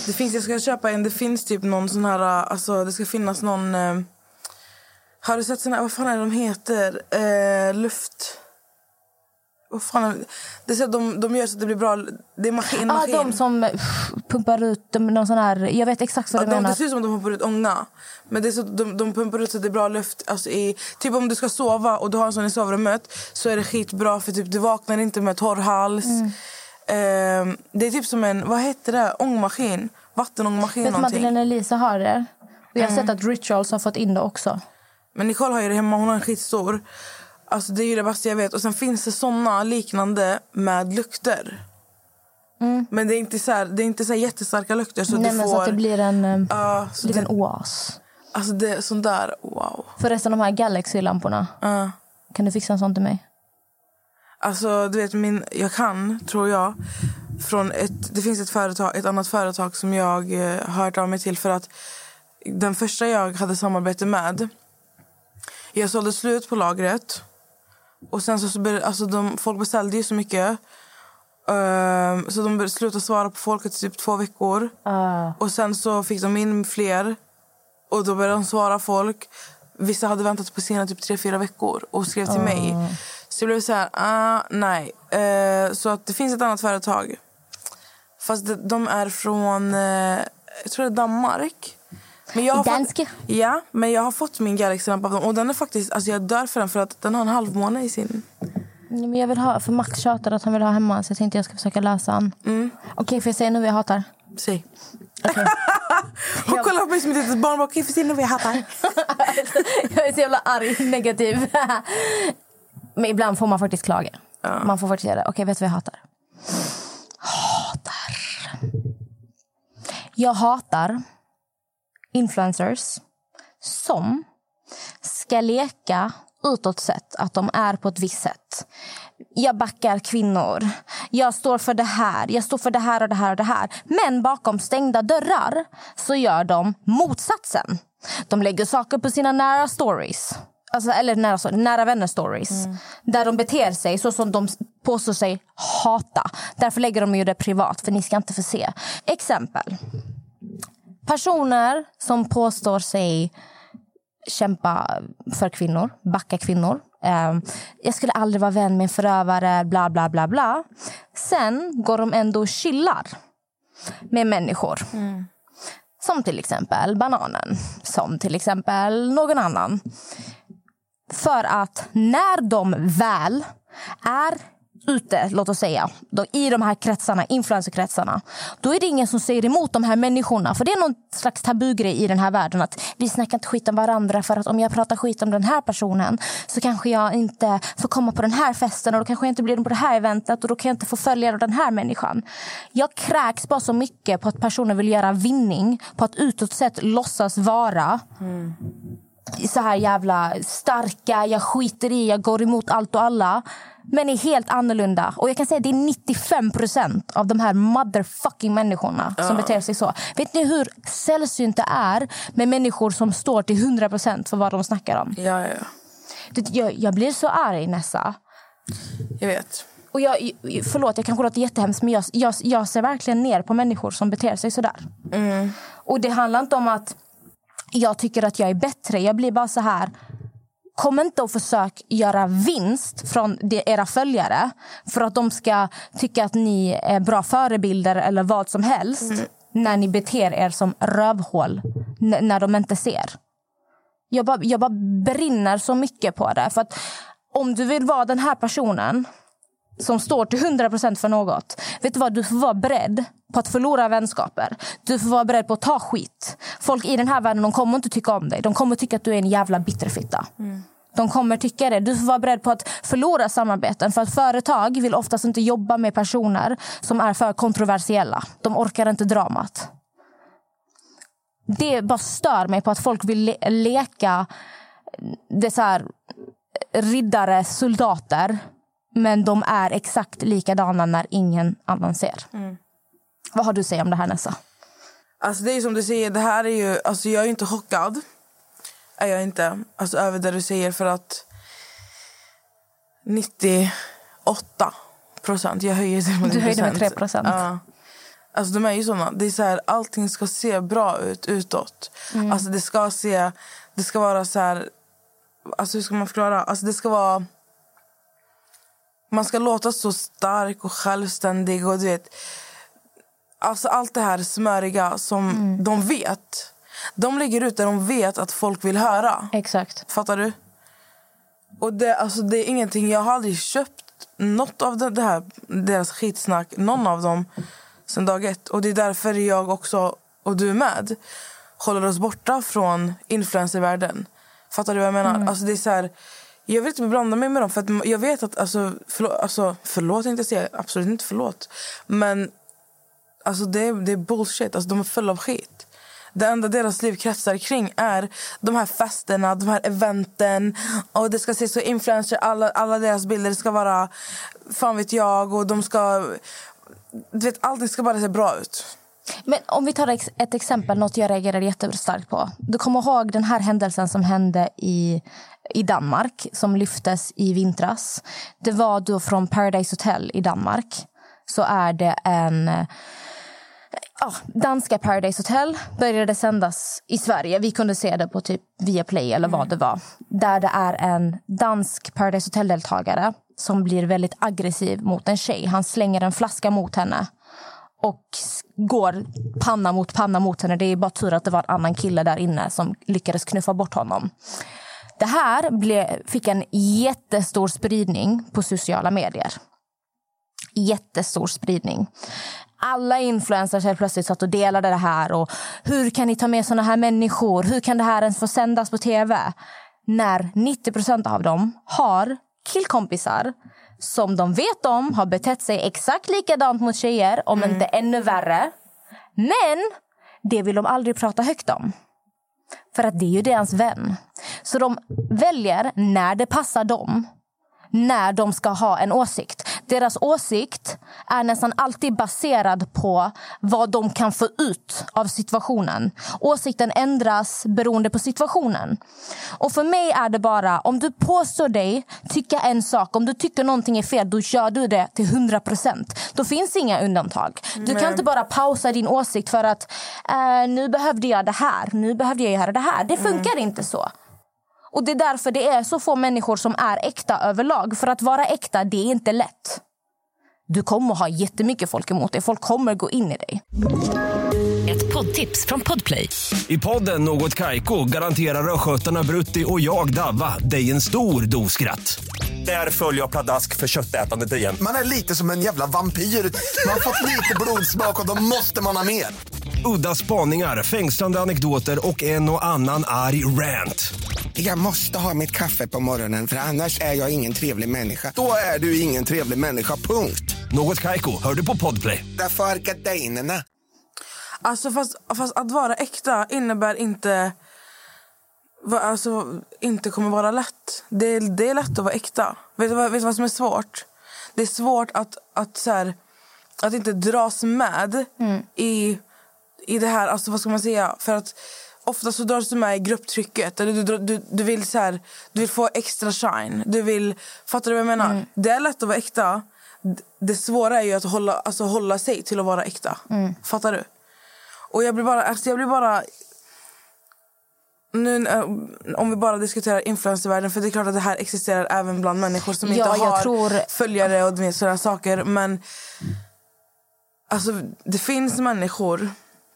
Det finns, jag ska köpa en, det finns typ någon sån här, alltså det ska finnas någon, eh, har du sett sån här, vad fan är de heter, eh, luft, vad fan är det? Det är så att de, de gör så att det blir bra, det är maskin, ah, maskin. de som pumpar ut de, någon sån här, jag vet exakt vad ja, du de, menar. det ser ut som att de pumpar ut ånga, men det är så att de, de pumpar ut så att det är bra luft, alltså i, typ om du ska sova och du har en sån i sovrummet så är det skitbra för typ du vaknar inte med torr hals. Mm. eh, det är typ som en, vad heter det, ångmaskin, vattenångmaskin. Vet Madeleine Elisa har det, och jag har mm. sett att Rituals har fått in det också. Men Nicole har ju det hemma, hon har en skitstor. Alltså det är ju det bästa jag vet. Och sen finns det såna liknande med lukter. Mm. Men det är inte så här, det är inte så här jättestarka lukter så nej, du men får så att det blir en uh, liten det, oas. Alltså det är sån där, wow. Förresten, de här Galaxy-lamporna. Uh. Kan du fixa en sån till mig? Alltså du vet, min, jag kan, tror jag, från ett, det finns ett företag, ett annat företag som jag eh, har hört av mig till för att den första jag hade samarbete med, jag sålde slut på lagret. Och sen så, så alltså de, folk beställde ju så mycket. Uh, så de slutade svara på folk i typ två veckor. Uh. Och sen så fick de in fler. Och då började de svara folk. Vissa hade väntat på sina typ tre, fyra veckor. Och skrev till uh. mig. Så det blev så här, ah, nej. Uh, så att det finns ett annat företag. Fast de, de är från, uh, jag tror det är Danmark. Men jag har Dansk. Fått, ja, men jag har fått min Galaxy-lampa av dem. Och den är faktiskt, alltså jag dör för den för att den har en halv månad i sin. Men jag vill ha, för Max tjatade att han vill ha hemma. Så jag tänkte jag ska försöka läsa han. Mm. Okej, okay, får jag säga nu vad jag hatar? Säg. Okay. Hon kollar på mig som ett litet barn. Okej, okay, får jag säga nu vad jag hatar? Jag är så jävla arg, negativ. Men ibland får man faktiskt klaga. Ja. Man får faktiskt göra det. Okej, okay, vet du vad jag hatar? Hatar. Jag hatar influencers som ska leka utåt sett att de är på ett visst sätt. Jag backar kvinnor. Jag står för det här. Jag står för det här och det här och det här. Men bakom stängda dörrar så gör de motsatsen. De lägger saker på sina nära stories. Alltså, eller nära, nära vänner stories. Mm. Där de beter sig så som de påstår sig hata. Därför lägger de ju det privat. För ni ska inte få se. Exempel. Personer som påstår sig kämpa för kvinnor, backa kvinnor. Eh, jag skulle aldrig vara vän med en förövare, bla bla bla bla. Sen går de ändå och chillar med människor. Mm. Som till exempel Bananen. Som till exempel någon annan. För att när de väl är ute, låt oss säga, då, i de här kretsarna, influencerkretsarna, då är det ingen som säger emot de här människorna. För det är någon slags tabugrej i den här världen att vi snackar inte skit om varandra, för att om jag pratar skit om den här personen så kanske jag inte får komma på den här festen och då kanske jag inte blir på det här eventet och då kan jag inte få följa den här människan. Jag kräks bara så mycket på att personer vill göra vinning, på att utåt sett låtsas vara mm. så här jävla starka, jag skiter i, jag går emot allt och alla. Men är helt annorlunda. Och jag kan säga att det är nittiofem procent av de här motherfucking människorna som uh. beter sig så. Vet ni hur sällsynt det är med människor som står till hundra procent för vad de snackar om? Ja, ja. Jag, jag blir så arg, Nessa. Jag vet. Och jag, förlåt, jag kanske låter jättehemskt, men jag, jag, jag ser verkligen ner på människor som beter sig sådär. Mm. Och det handlar inte om att jag tycker att jag är bättre. Jag blir bara så här... Kom inte och försök göra vinst från era följare för att de ska tycka att ni är bra förebilder eller vad som helst mm. när ni beter er som rövhål n- när de inte ser. Jag bara, jag bara brinner så mycket på det. För att om du vill vara den här personen som står till hundra procent för något, vet du vad, du får vara beredd på att förlora vänskaper. Du får vara beredd på att ta skit. Folk i den här världen, de kommer inte tycka om dig. De kommer tycka att du är en jävla bitterfitta. Mm. De kommer tycka det. Du får vara beredd på att förlora samarbeten. För att företag vill oftast inte jobba med personer som är för kontroversiella. De orkar inte dramat. Det bara stör mig på att folk vill le- leka det så här riddare, soldater. Men de är exakt likadana när ingen annan ser. Mm. Vad har du att säga om det här, Nessa? Alltså det är som du säger, det här är ju... Alltså jag är inte chockad. Är jag inte. Alltså över det du säger, för att... nittioåtta procent. Jag höjer det med Du höjde med tre procent. Ja. Alltså de är ju såna. Det är så här, allting ska se bra ut utåt. Mm. Alltså det ska se, det ska vara så här, alltså hur ska man förklara? Alltså det ska vara, man ska låta så stark och självständig och du vet, alltså allt det här smöriga som mm. de vet. De lägger ut där de vet att folk vill höra. Exakt. Fattar du? Och det, alltså det är ingenting, jag har aldrig köpt något av det, det här, deras skitsnack, någon av dem sen dag ett. Och det är därför jag också, och du med, håller oss borta från influencervärlden. Fattar du vad jag menar? Mm. Alltså det är så här, jag vill inte blanda mig med dem för att jag vet att, alltså förlåt, alltså, förlåt inte säga, absolut inte förlåt. Men alltså det, det är bullshit, alltså de är fulla av skit. Det enda deras liv kretsar kring är de här festerna, de här eventen. Och det ska se så influencer, alla, alla deras bilder ska vara, fan vet jag, och de ska, du vet, allting ska bara se bra ut. Men om vi tar ett exempel, något jag reagerade jättestarkt på. Du kommer ihåg den här händelsen som hände i, i Danmark, som lyftes i vintras. Det var då från Paradise Hotel i Danmark. Så är det en... Ja, danska Paradise Hotel började sändas i Sverige. Vi kunde se det på typ Viaplay eller vad det var. Där det är en dansk Paradise Hotel-deltagare som blir väldigt aggressiv mot en tjej. Han slänger en flaska mot henne och går panna mot panna mot henne. Det är bara tur att det var en annan kille där inne som lyckades knuffa bort honom. Det här blev, fick en jättestor spridning på sociala medier. Jättestor spridning. Alla influencers helt plötsligt satt och delade det här. Och hur kan ni ta med såna här människor? Hur kan det här ens få sändas på tv? När nittio procent av dem har killkompisar som de vet om har betett sig exakt likadant mot tjejer, om mm. inte ännu värre. Men det vill de aldrig prata högt om. För att det är ju deras vän. Så de väljer när det passar dem, när de ska ha en åsikt. Deras åsikt är nästan alltid baserad på vad de kan få ut av situationen. Åsikten ändras beroende på situationen. Och för mig är det bara, om du påstår dig tycka en sak, om du tycker någonting är fel, då gör du det till hundra procent. Då finns inga undantag. Du kan inte bara pausa din åsikt för att äh, nu behövde jag det här, nu behövde jag göra det här. Det funkar mm. inte så. Och det är därför det är så få människor som är äkta överlag. För att vara äkta, det är inte lätt. Du kommer ha jättemycket folk emot dig. Folk kommer gå in i dig. Ett poddtips från Podplay. I podden Något Kaiko garanterar röskötarna Brutti och jag Davva dig en stor doskratt. Där följer jag pladask för köttätandet igen. Man är lite som en jävla vampyr. Man har fått lite blodsmak och då måste man ha mer. Udda spaningar, fängslande anekdoter och en och annan arg rant. Jag måste ha mitt kaffe på morgonen för annars är jag ingen trevlig människa. Då är du ingen trevlig människa, punkt. Något Kaiko, hör du på Podplay. Därför är gardinerna. Alltså fast, fast att vara äkta innebär inte, alltså, inte kommer vara lätt. Det är, det är lätt att vara äkta. Vet du vad, vet du vad som är svårt? Det är svårt att, att, så här, att inte dras med mm. i, i det här, alltså vad ska man säga, för att ofta så dras du med i grupptrycket. Eller du, du, du, vill så här, du vill få extra shine. Du vill, fattar du vad jag menar? Mm. Det är lätt att vara äkta. Det svåra är ju att hålla, alltså hålla sig till att vara äkta. Mm. Fattar du? Och jag blir bara, alltså jag blir bara nu, om vi bara diskuterar influencervärlden, för det är klart att det här existerar även bland människor som ja, inte har tror... följare och sådana saker. Men alltså det finns människor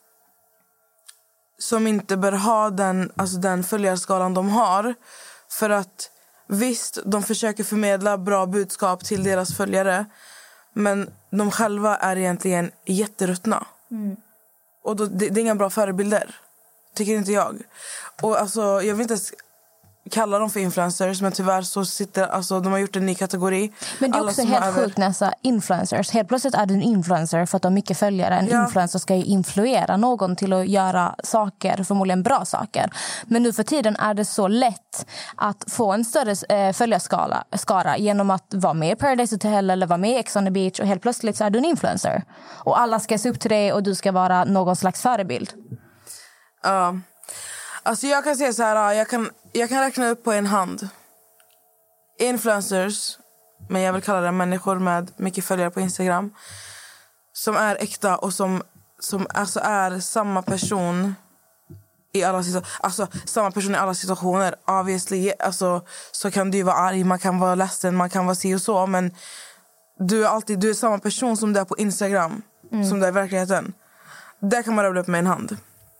som inte bör ha den, alltså den följarskalan de har. För att visst, de försöker förmedla bra budskap till deras följare. Men de själva är egentligen jätteruttna. Mm. Och då, det, det är inga bra förebilder, tycker inte jag. Och alltså, jag vill inte kalla dem för influencers, men tyvärr så sitter, alltså, de har gjort en ny kategori. Men det är Alla också helt över... sjukt nästan influencers. Helt plötsligt är du en influencer för att du har mycket följare. En ja. influencer ska ju influera någon till att göra saker, förmodligen bra saker. Men nu för tiden är det så lätt att få en större äh, följarskala skara genom att vara med i Paradise Hotel eller vara med i Ex on the Beach, och helt plötsligt så är du en influencer. Och alla ska se upp till dig och du ska vara någon slags förebild. Ja. Uh. Alltså jag kan säga så här, jag kan, jag kan räkna upp på en hand influencers, men jag vill kalla det människor med mycket följare på Instagram, som är äkta och som, som alltså är samma person i alla situationer. Alltså samma person i alla situationer. Obviously, alltså, så kan du vara arg, man kan vara ledsen, man kan vara si och så. Men du är alltid du är samma person som du är på Instagram. Mm. Som du är i verkligheten. Där kan man rabbla upp med en hand.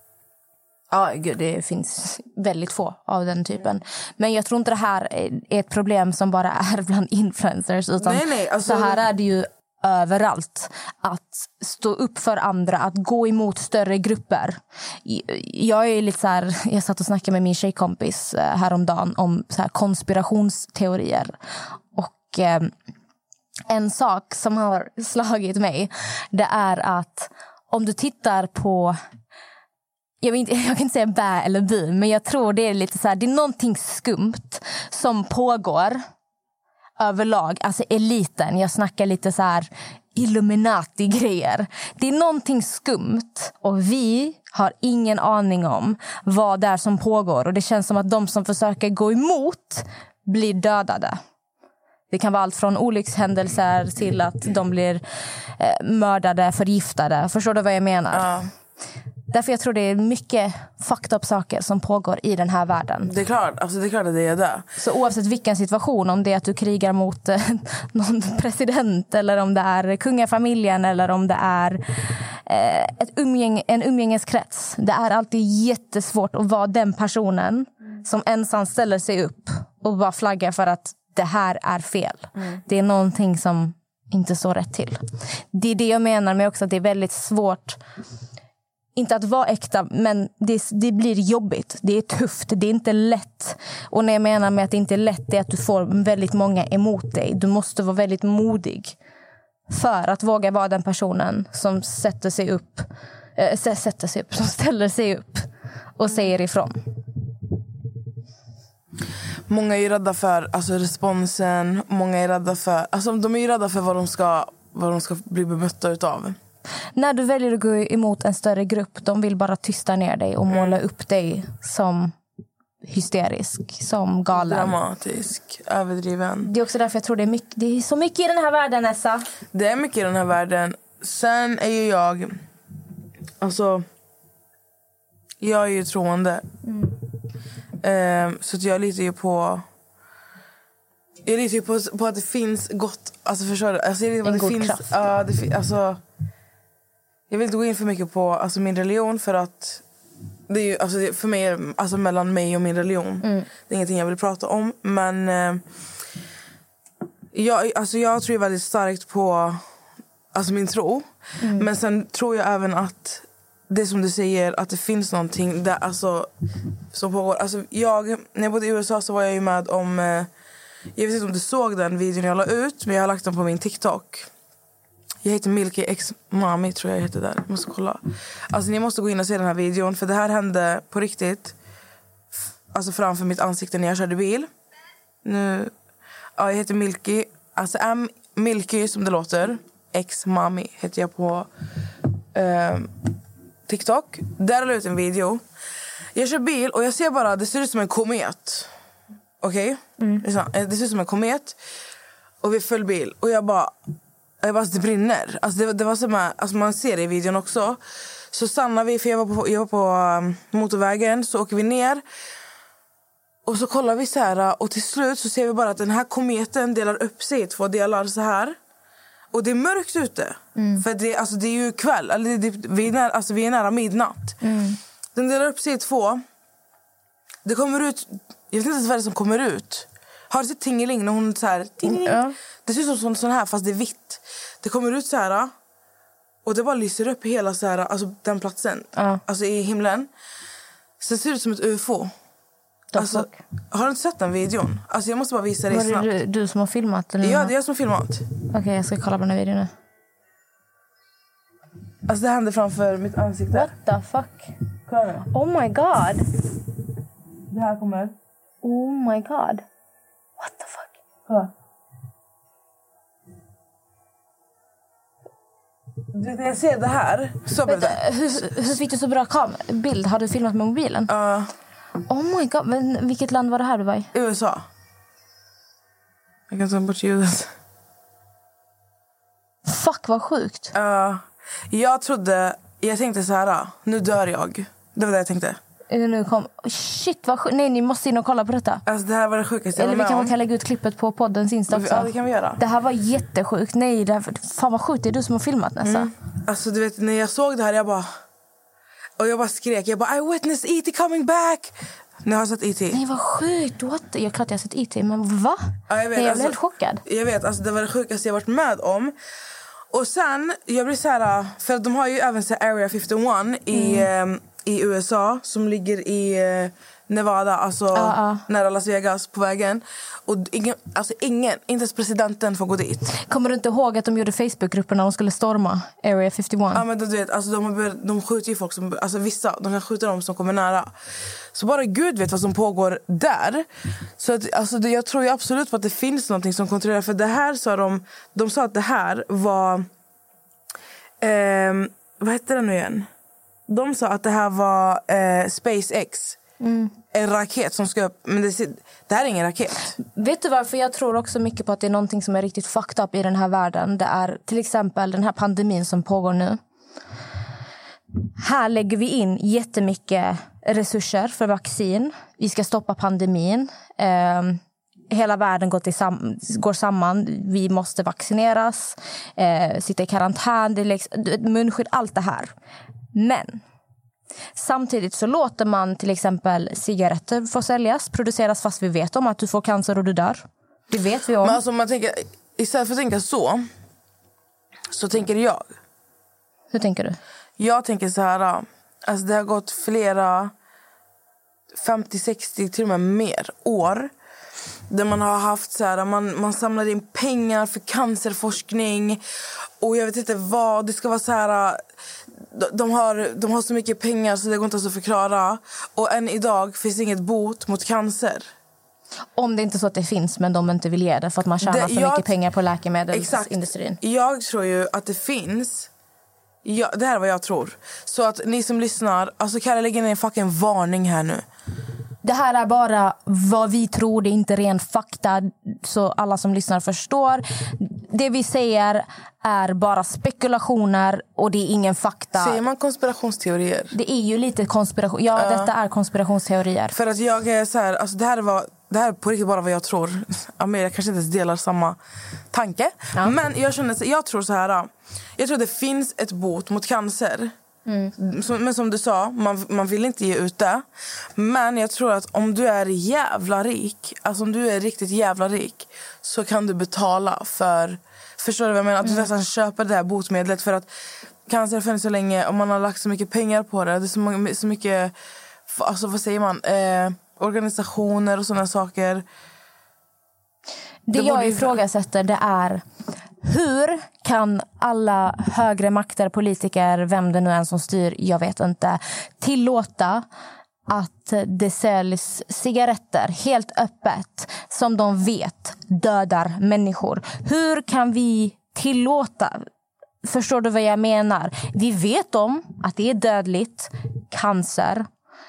Ja, gud, det finns väldigt få av den typen. Men jag tror inte det här är ett problem som bara är bland influencers. Utan nej, nej, alltså, så här är det ju överallt. Att stå upp för andra, att gå emot större grupper. Jag är lite så här, jag satt och snackade med min tjejkompis häromdagen om så här konspirationsteorier. Och eh, en sak som har slagit mig, det är att om du tittar på... Jag, vet inte, jag kan inte säga bä eller bi, men jag tror det är lite så här, det är någonting skumt som pågår överlag, alltså eliten. Jag snackar lite så här Illuminati-grejer. Det är någonting skumt och vi har ingen aning om vad det är som pågår. Och det känns som att de som försöker gå emot blir dödade. Det kan vara allt från olyckshändelser till att de blir eh, mördade, förgiftade. Förstår du vad jag menar? Ja. Därför jag tror det är mycket fucked up saker som pågår i den här världen. Det är klart, alltså det är klart att det är det. Så oavsett vilken situation, om det är att du krigar mot eh, någon president eller om det är kungafamiljen eller om det är eh, ett umgäng, en umgängeskrets. Det är alltid jättesvårt att vara den personen som ensam ställer sig upp och bara flaggar för att det här är fel. Mm. Det är någonting som inte står rätt till. Det är det jag menar med också att det är väldigt svårt. Inte att vara äkta, men det, det blir jobbigt. Det är tufft, det är inte lätt. Och när jag menar med att det inte är lätt, det är att du får väldigt många emot dig. Du måste vara väldigt modig för att våga vara den personen som sätter sig upp, äh, sätter sig upp, som ställer sig upp och säger ifrån. Många är ju rädda för alltså, responsen. Många är rädda för, alltså, de är ju rädda för vad de ska, vad de ska bli bemötta utav. När du väljer att gå emot en större grupp, de vill bara tysta ner dig och måla upp dig som hysterisk, som galen. Dramatisk, överdriven. Det är också därför jag tror det är, mycket, det är så mycket i den här världen, Nessa. Det är mycket i den här världen. Sen är ju jag... Alltså... Jag är ju troende. Mm. Um, så att jag litar ju på... Jag litar ju på, på att det finns gott... Alltså förstår du? Alltså, jag litar på att det finns... Uh, det fi, alltså, jag vill inte gå in för mycket på alltså, min religion för att... Det är ju, alltså, det, för mig är det, alltså, mellan mig och min religion. Mm. Det är ingenting jag vill prata om. Men... Uh, jag, alltså, jag tror ju väldigt starkt på alltså, min tro. Mm. Men sen tror jag även att... Det som du säger, att det finns någonting där, alltså, som pågår. Alltså, jag, när jag bodde i U S A så var jag ju med om... Eh, jag vet inte om du såg den videon jag la ut, men jag har lagt den på min TikTok. Jag heter Milky X Mami, tror jag heter där. Jag måste kolla. Alltså, ni måste gå in och se den här videon, för det här hände på riktigt. Alltså framför mitt ansikte när jag körde bil. Nu, ja, jag heter Milky. Alltså M Milky som det låter. X Mami heter jag på... Eh, TikTok. Där har jag ut en video. Jag kör bil och jag ser bara, det ser ut som en komet. Okej? Okay? Mm. Det ser ut som en komet. Och vi föll bil. Och jag bara, jag bara, det brinner. Alltså det, det var som här, alltså man ser det i videon också. Så stannar vi, för jag var på, jag var på um, motorvägen. Så åker vi ner. Och så kollar vi så här. Och till slut så ser vi bara att den här kometen delar upp sig i två delar så här. Och det är mörkt ute. Mm. För det, alltså, det är ju kväll. Eller det, det, vi, är nära, alltså, vi är nära midnatt. Mm. Den delar upp sig i två. Det kommer ut... Jag vet inte ens vad det som kommer ut. Har du sett Tingeling när hon så här... Mm. Det ser ut som sån här fast det är vitt. Det kommer ut så här. Och det bara lyser upp hela så här, alltså, den platsen. Mm. Alltså i himlen. Så det ser ut som ett U F O. Alltså, har du inte sett den videon? Alltså jag måste bara visa dig snabbt. Var det du, du som har filmat? Eller ja, det är jag som har filmat. Okej, okay, jag ska kolla på den här videon nu. Alltså det hände framför mitt ansikte. What the fuck? Kolla nu. Oh my god. Det här kommer. Oh my god. What the fuck? Kolla. Du, när jag ser det här. Så Vänta, hur, hur fick du så bra kam- bild? Har du filmat med mobilen? Ja. Uh. Oh my god, men vilket land var det här du var i? U S A. Jag kan ta bort ljudet. Fuck Fuck, vad sjukt. Uh, jag trodde... Jag tänkte så här, nu dör jag. Det var det jag tänkte. Nu kom... Shit, vad sjukt. Nej, ni måste in och kolla på detta. Alltså, det här var det sjukaste jag Eller var vi med kan, om. kan lägga ut klippet på poddens Insta också. Ja, det kan vi göra. Det här var jättesjukt. Nej, det här... fan vad sjukt. Det är du som har filmat nästan. Mm. Alltså, du vet, när jag såg det här, jag bara... Och jag bara skrek. Jag bara, I witnessed E T coming back. När jag har sett E T. Nej, vad sjukt. What? Jag klart jag har sett E T, men va? Ja, jag vet, Nej, jag alltså, blev helt chockad. Jag vet, alltså det var det sjukaste jag varit med om. Och sen, jag blir så här... För de har ju även så här Area femtioett i, mm. eh, i U S A. Som ligger i eh, Nevada, alltså uh, uh. nära Las Vegas på vägen. Och ingen, alltså ingen, inte ens presidenten får gå dit. Kommer du inte ihåg att de gjorde Facebookgrupper när de skulle storma Area femtioett? Ja, men du vet, alltså de, har, de skjuter ju folk som... Alltså vissa, de kan skjuta dem som kommer nära. Så bara Gud vet vad som pågår där. Så att, alltså, det, jag tror ju absolut på att det finns någonting som kontrollerar. För det här sa de... De sa att det här var... Eh, vad heter det nu igen? De sa att det här var eh, SpaceX. Mm. En raket som ska upp. Men det, det här är ingen raket. Vet du varför jag tror också mycket på att det är någonting som är riktigt fucked up i den här världen? Det är till exempel den här pandemin som pågår nu. Här lägger vi in jättemycket resurser för vaccin. Vi ska stoppa pandemin. Eh, hela världen går, till sam- går samman. Vi måste vaccineras. Eh, sitta i karantän. Det är liksom, munskydd, allt det här. Men... samtidigt så låter man till exempel cigaretter få säljas, produceras fast vi vet om att du får cancer och du dör. Det vet vi om. Men alltså, man tänker, istället för att tänka så, så tänker jag. Hur tänker du? Jag tänker så här, alltså det har gått flera femtio, sextio, till och med mer år. Där man har haft så här, man, man samlar in pengar för cancerforskning. Och jag vet inte vad, det ska vara så här... De har, de har så mycket pengar så det går inte att förklara. Och än idag finns inget bot mot cancer. Om det inte är så att det finns, men de inte vill ge det för att man tjänar det, så jag, mycket pengar på läkemedelsindustrin. Exakt. Jag tror ju att det finns... Ja, det här är vad jag tror. Så att ni som lyssnar, alltså kan jag lägga ner en fucking varning här nu. Det här är bara vad vi tror, det är inte ren fakta, så alla som lyssnar förstår. Det vi säger är bara spekulationer och det är ingen fakta. Säger man konspirationsteorier? Det är ju lite konspiration. Ja, uh. detta är konspirationsteorier. För att jag är så här, alltså det här var det här är på riktigt bara vad jag tror. Amelia kanske inte ens delar samma tanke. Ja. Men jag känner, jag tror så här. Jag tror det finns ett bot mot cancer. Mm. Men som du sa, man, man vill inte ge ut det. Men jag tror att om du är jävla rik, alltså om du är riktigt jävla rik, så kan du betala för, förstår du vad jag menar? Att du mm. nästan köper det här botemedlet. För att cancer har funnits så länge och man har lagt så mycket pengar på det. Det är så, många, så mycket, alltså vad säger man, eh, organisationer och sådana saker. Det, det jag ifrågasätter, det är hur kan alla högre makter, politiker, vem det nu är som styr, jag vet inte, tillåta att det säljs cigaretter helt öppet som de vet dödar människor? Hur kan vi tillåta? Förstår du vad jag menar? Vi vet om att det är dödligt, cancer.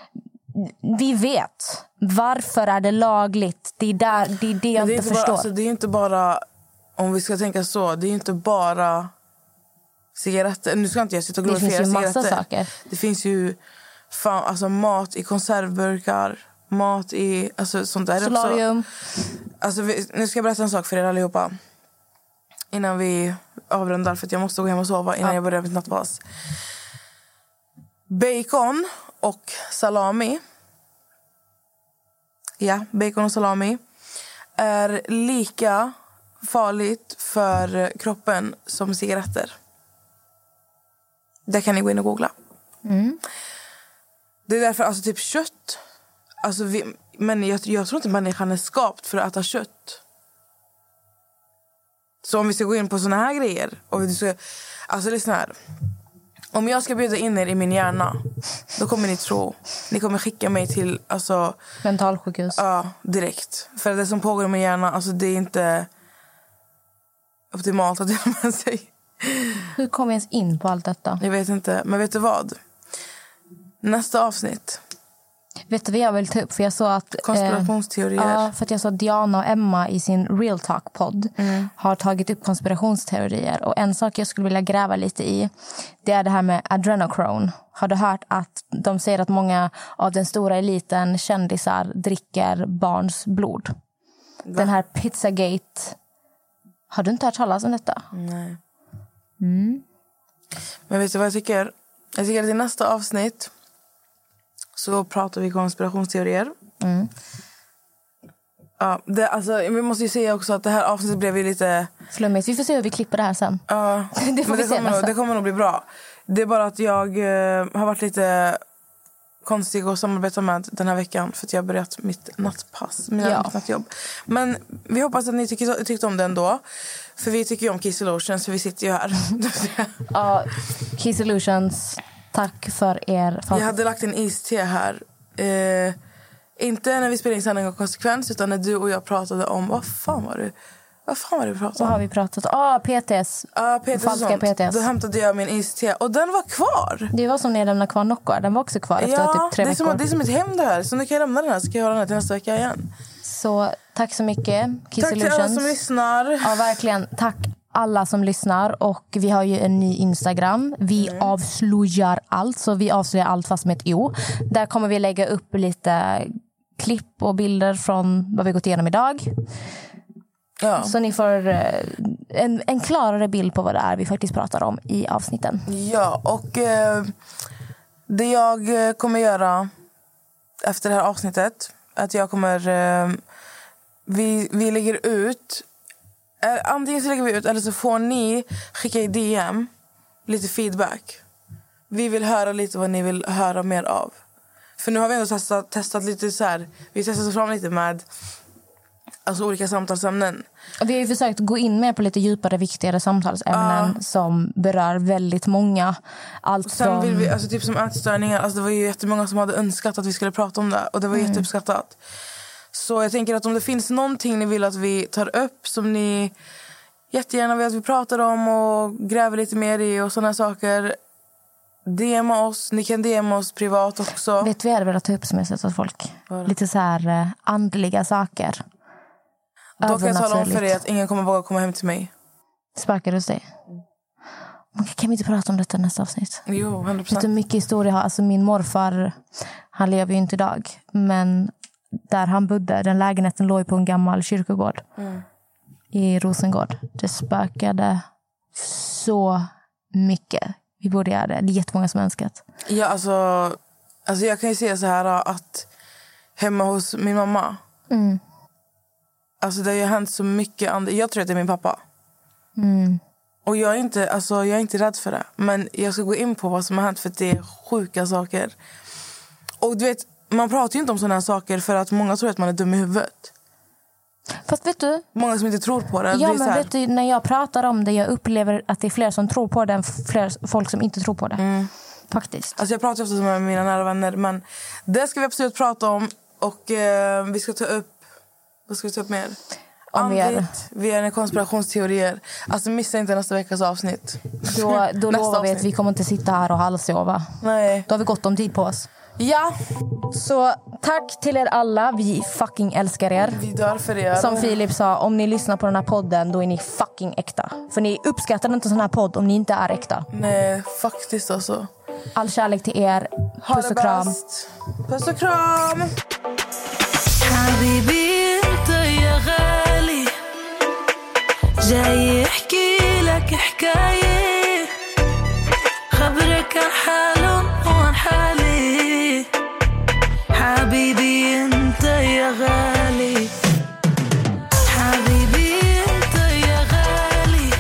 Vi vet. Varför är det lagligt? Det är, där, det, är det jag det är inte inte förstår. Bara, alltså, det är inte bara... Om vi ska tänka så, det är inte bara cigaretter. Nu ska inte jag sitta och glorifiera cigaretter. Det finns ju massa saker. Det finns ju fan, alltså, mat i konservburkar, mat i... Alltså, sånt där solarium. Också. Alltså, vi, nu ska jag berätta en sak för er allihopa. Innan vi avrundar, för att jag måste gå hem och sova innan ja. jag börjar mitt nattpass. Bacon och salami. Ja, bacon och salami är lika farligt för kroppen som cigaretter. Det kan ni gå in och googla. Mm. Det är därför, alltså typ kött. Alltså vi, men jag, jag tror inte människan är skapt för att äta kött. Så om vi ska gå in på såna här grejer. Och vi ska, alltså lyssna här. Om jag ska bjuda in er i min hjärna, då kommer ni tro. Ni kommer skicka mig till... Alltså, mentalsjukhus. Ja, direkt. För det som pågår i min hjärna, alltså det är inte optimalt att dela med sig. Hur kom vi ens in på allt detta? Jag vet inte, men vet du vad? Nästa avsnitt. Vet du vad jag vill ta upp? För jag såg att... Konspirationsteorier. Eh, ja, för att jag såg att Diana och Emma i sin Real Talk-podd mm. har tagit upp konspirationsteorier. Och en sak jag skulle vilja gräva lite i, det är det här med adrenochrome. Har du hört att de säger att många av den stora eliten kändisar dricker barns blod? Va? Den här Pizzagate. Har du inte hört talas om detta? Nej. Mm. Men vet du vad jag tycker? Jag tycker att i nästa avsnitt så pratar vi konspirationsteorier. Mm. Ja, det, alltså, vi måste ju säga också att det här avsnittet blev ju lite... flummigt. Vi får se hur vi klipper det här sen. Ja, det, får men vi det, se kommer nog, det kommer nog bli bra. Det är bara att jag eh, har varit lite konstig att samarbeta med den här veckan. För att jag har börjat mitt nattpass, mina ja. nattjobb. Men vi hoppas att ni tycker, tyckte om det ändå. För vi tycker ju om Key Solutions, för vi sitter ju här. Ja, Key Solutions, tack för er. Jag hade lagt en iste här. Eh, inte när vi spelade in Sanning och konsekvens, utan när du och jag pratade om... Vad fan var det? Vad fan var det vi pratade om? Vad har vi pratat om? Ah, P T's. Ah, P T's falska P T's. Då hämtade jag min iste och den var kvar. Det var som när jag lämnade kvar Nocco. Den var också kvar efter ja, typ tre det är veckor. Som, det är som ett hem det här. Så nu kan jag lämna den här, så kan jag ha den här till nästa vecka igen. Så tack så mycket, Key Tack Solutions. till alla som lyssnar. Ja, verkligen. Tack alla som lyssnar. Och vi har ju en ny Instagram. Vi mm. avslöjar allt. Så vi avslöjar allt fast med ett O. Där kommer vi lägga upp lite klipp och bilder från vad vi gått igenom idag. Ja. Så ni får en, en klarare bild på vad det är vi faktiskt pratar om i avsnitten. Ja, och eh, det jag kommer göra efter det här avsnittet, att jag kommer eh, vi, vi lägger ut eh, antingen så lägger vi ut eller så får ni skicka i D M lite feedback. Vi vill höra lite vad ni vill höra mer av. För nu har vi ändå testat, testat lite så här, vi testar oss fram lite med alltså olika samtalsämnen. Och vi har ju försökt gå in mer på lite djupare, viktigare samtalsämnen uh. som berör väldigt många. Allt sen från... vill vi, alltså typ som ätstörningar, alltså det var ju jättemånga som hade önskat att vi skulle prata om det. Och det var mm. jätteuppskattat. Så jag tänker att om det finns någonting ni vill att vi tar upp som ni jättegärna vill att vi pratar om och gräver lite mer i och sådana saker, D M oss. Ni kan D M oss privat också. Vet vi hade velat ta upp som jag sett åt folk? Bara. Lite så här uh, andliga saker. Då kan jag tala om för dig att ingen kommer våga komma hem till mig. Sparkar hos dig? Mm. Kan vi inte prata om detta nästa avsnitt? Jo, hundra procent. Vet du mycket historia har? Alltså min morfar, han lever ju inte idag. Men där han bodde, den lägenheten låg på en gammal kyrkogård. Mm. I Rosengård. Det spökade så mycket. Vi borde göra det. Det är jättemånga som önskat. Ja, alltså, alltså jag kan ju säga så här att hemma hos min mamma... Mm. Alltså det har ju hänt så mycket andra. Jag tror att det är min pappa. Mm. Och jag är, inte, alltså, jag är inte rädd för det. Men jag ska gå in på vad som har hänt, för att det är sjuka saker. Och du vet, man pratar ju inte om sådana här saker för att många tror att man är dum i huvudet. Fast vet du? Många som inte tror på det. Ja, det men vet du, när jag pratar om det, jag upplever att det är fler som tror på det än fler folk som inte tror på det. Mm. Faktiskt. Alltså jag pratar ofta med mina nära vänner, men det ska vi absolut prata om. Och eh, vi ska ta upp Vad ska vi ta upp mer? Andligt, vi är en konspirationsteorier. Alltså missa inte nästa veckas avsnitt. Då, då lovar vi att vi kommer inte sitta här och halvsova. Nej. Då har vi gott om tid på oss. Ja. Så tack till er alla. Vi fucking älskar er. Vi dör för er. Som Filip sa, om ni lyssnar på den här podden, då är ni fucking äkta. För ni uppskattar inte sån här podd om ni inte är äkta. Nej, faktiskt alltså. All kärlek till er. Puss och kram. Bäst. Puss och kram. حبيبي انت يا غالي جاي احكي لك حكاية خبرك عن حالهم وعن حالي حبيبي انت يا غالي حبيبي انت يا غالي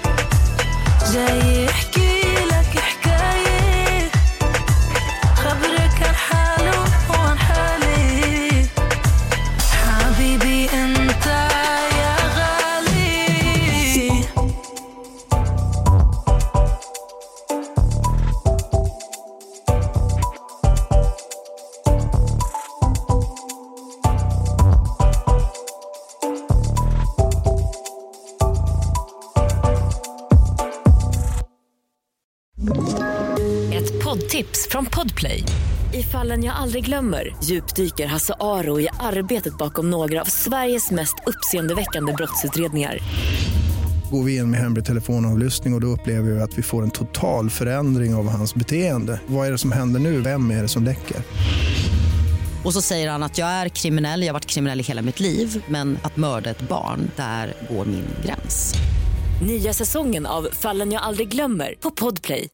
جاي احكي لك حكاية خبرك عن حالهم وعن حالي حبيبي انت يا غالي Ett poddtips från Podplay. I Fallen jag aldrig glömmer djupdyker Hasse Aro i arbetet bakom några av Sveriges mest uppseendeväckande brottsutredningar. Går vi in med hemlig telefonavlyssning och, och då upplever vi att vi får en total förändring av hans beteende. Vad är det som händer nu? Vem är det som läcker? Och så säger han att jag är kriminell, jag har varit kriminell i hela mitt liv. Men att mörda ett barn, där går min gräns. Nya säsongen av Fallen jag aldrig glömmer på Podplay.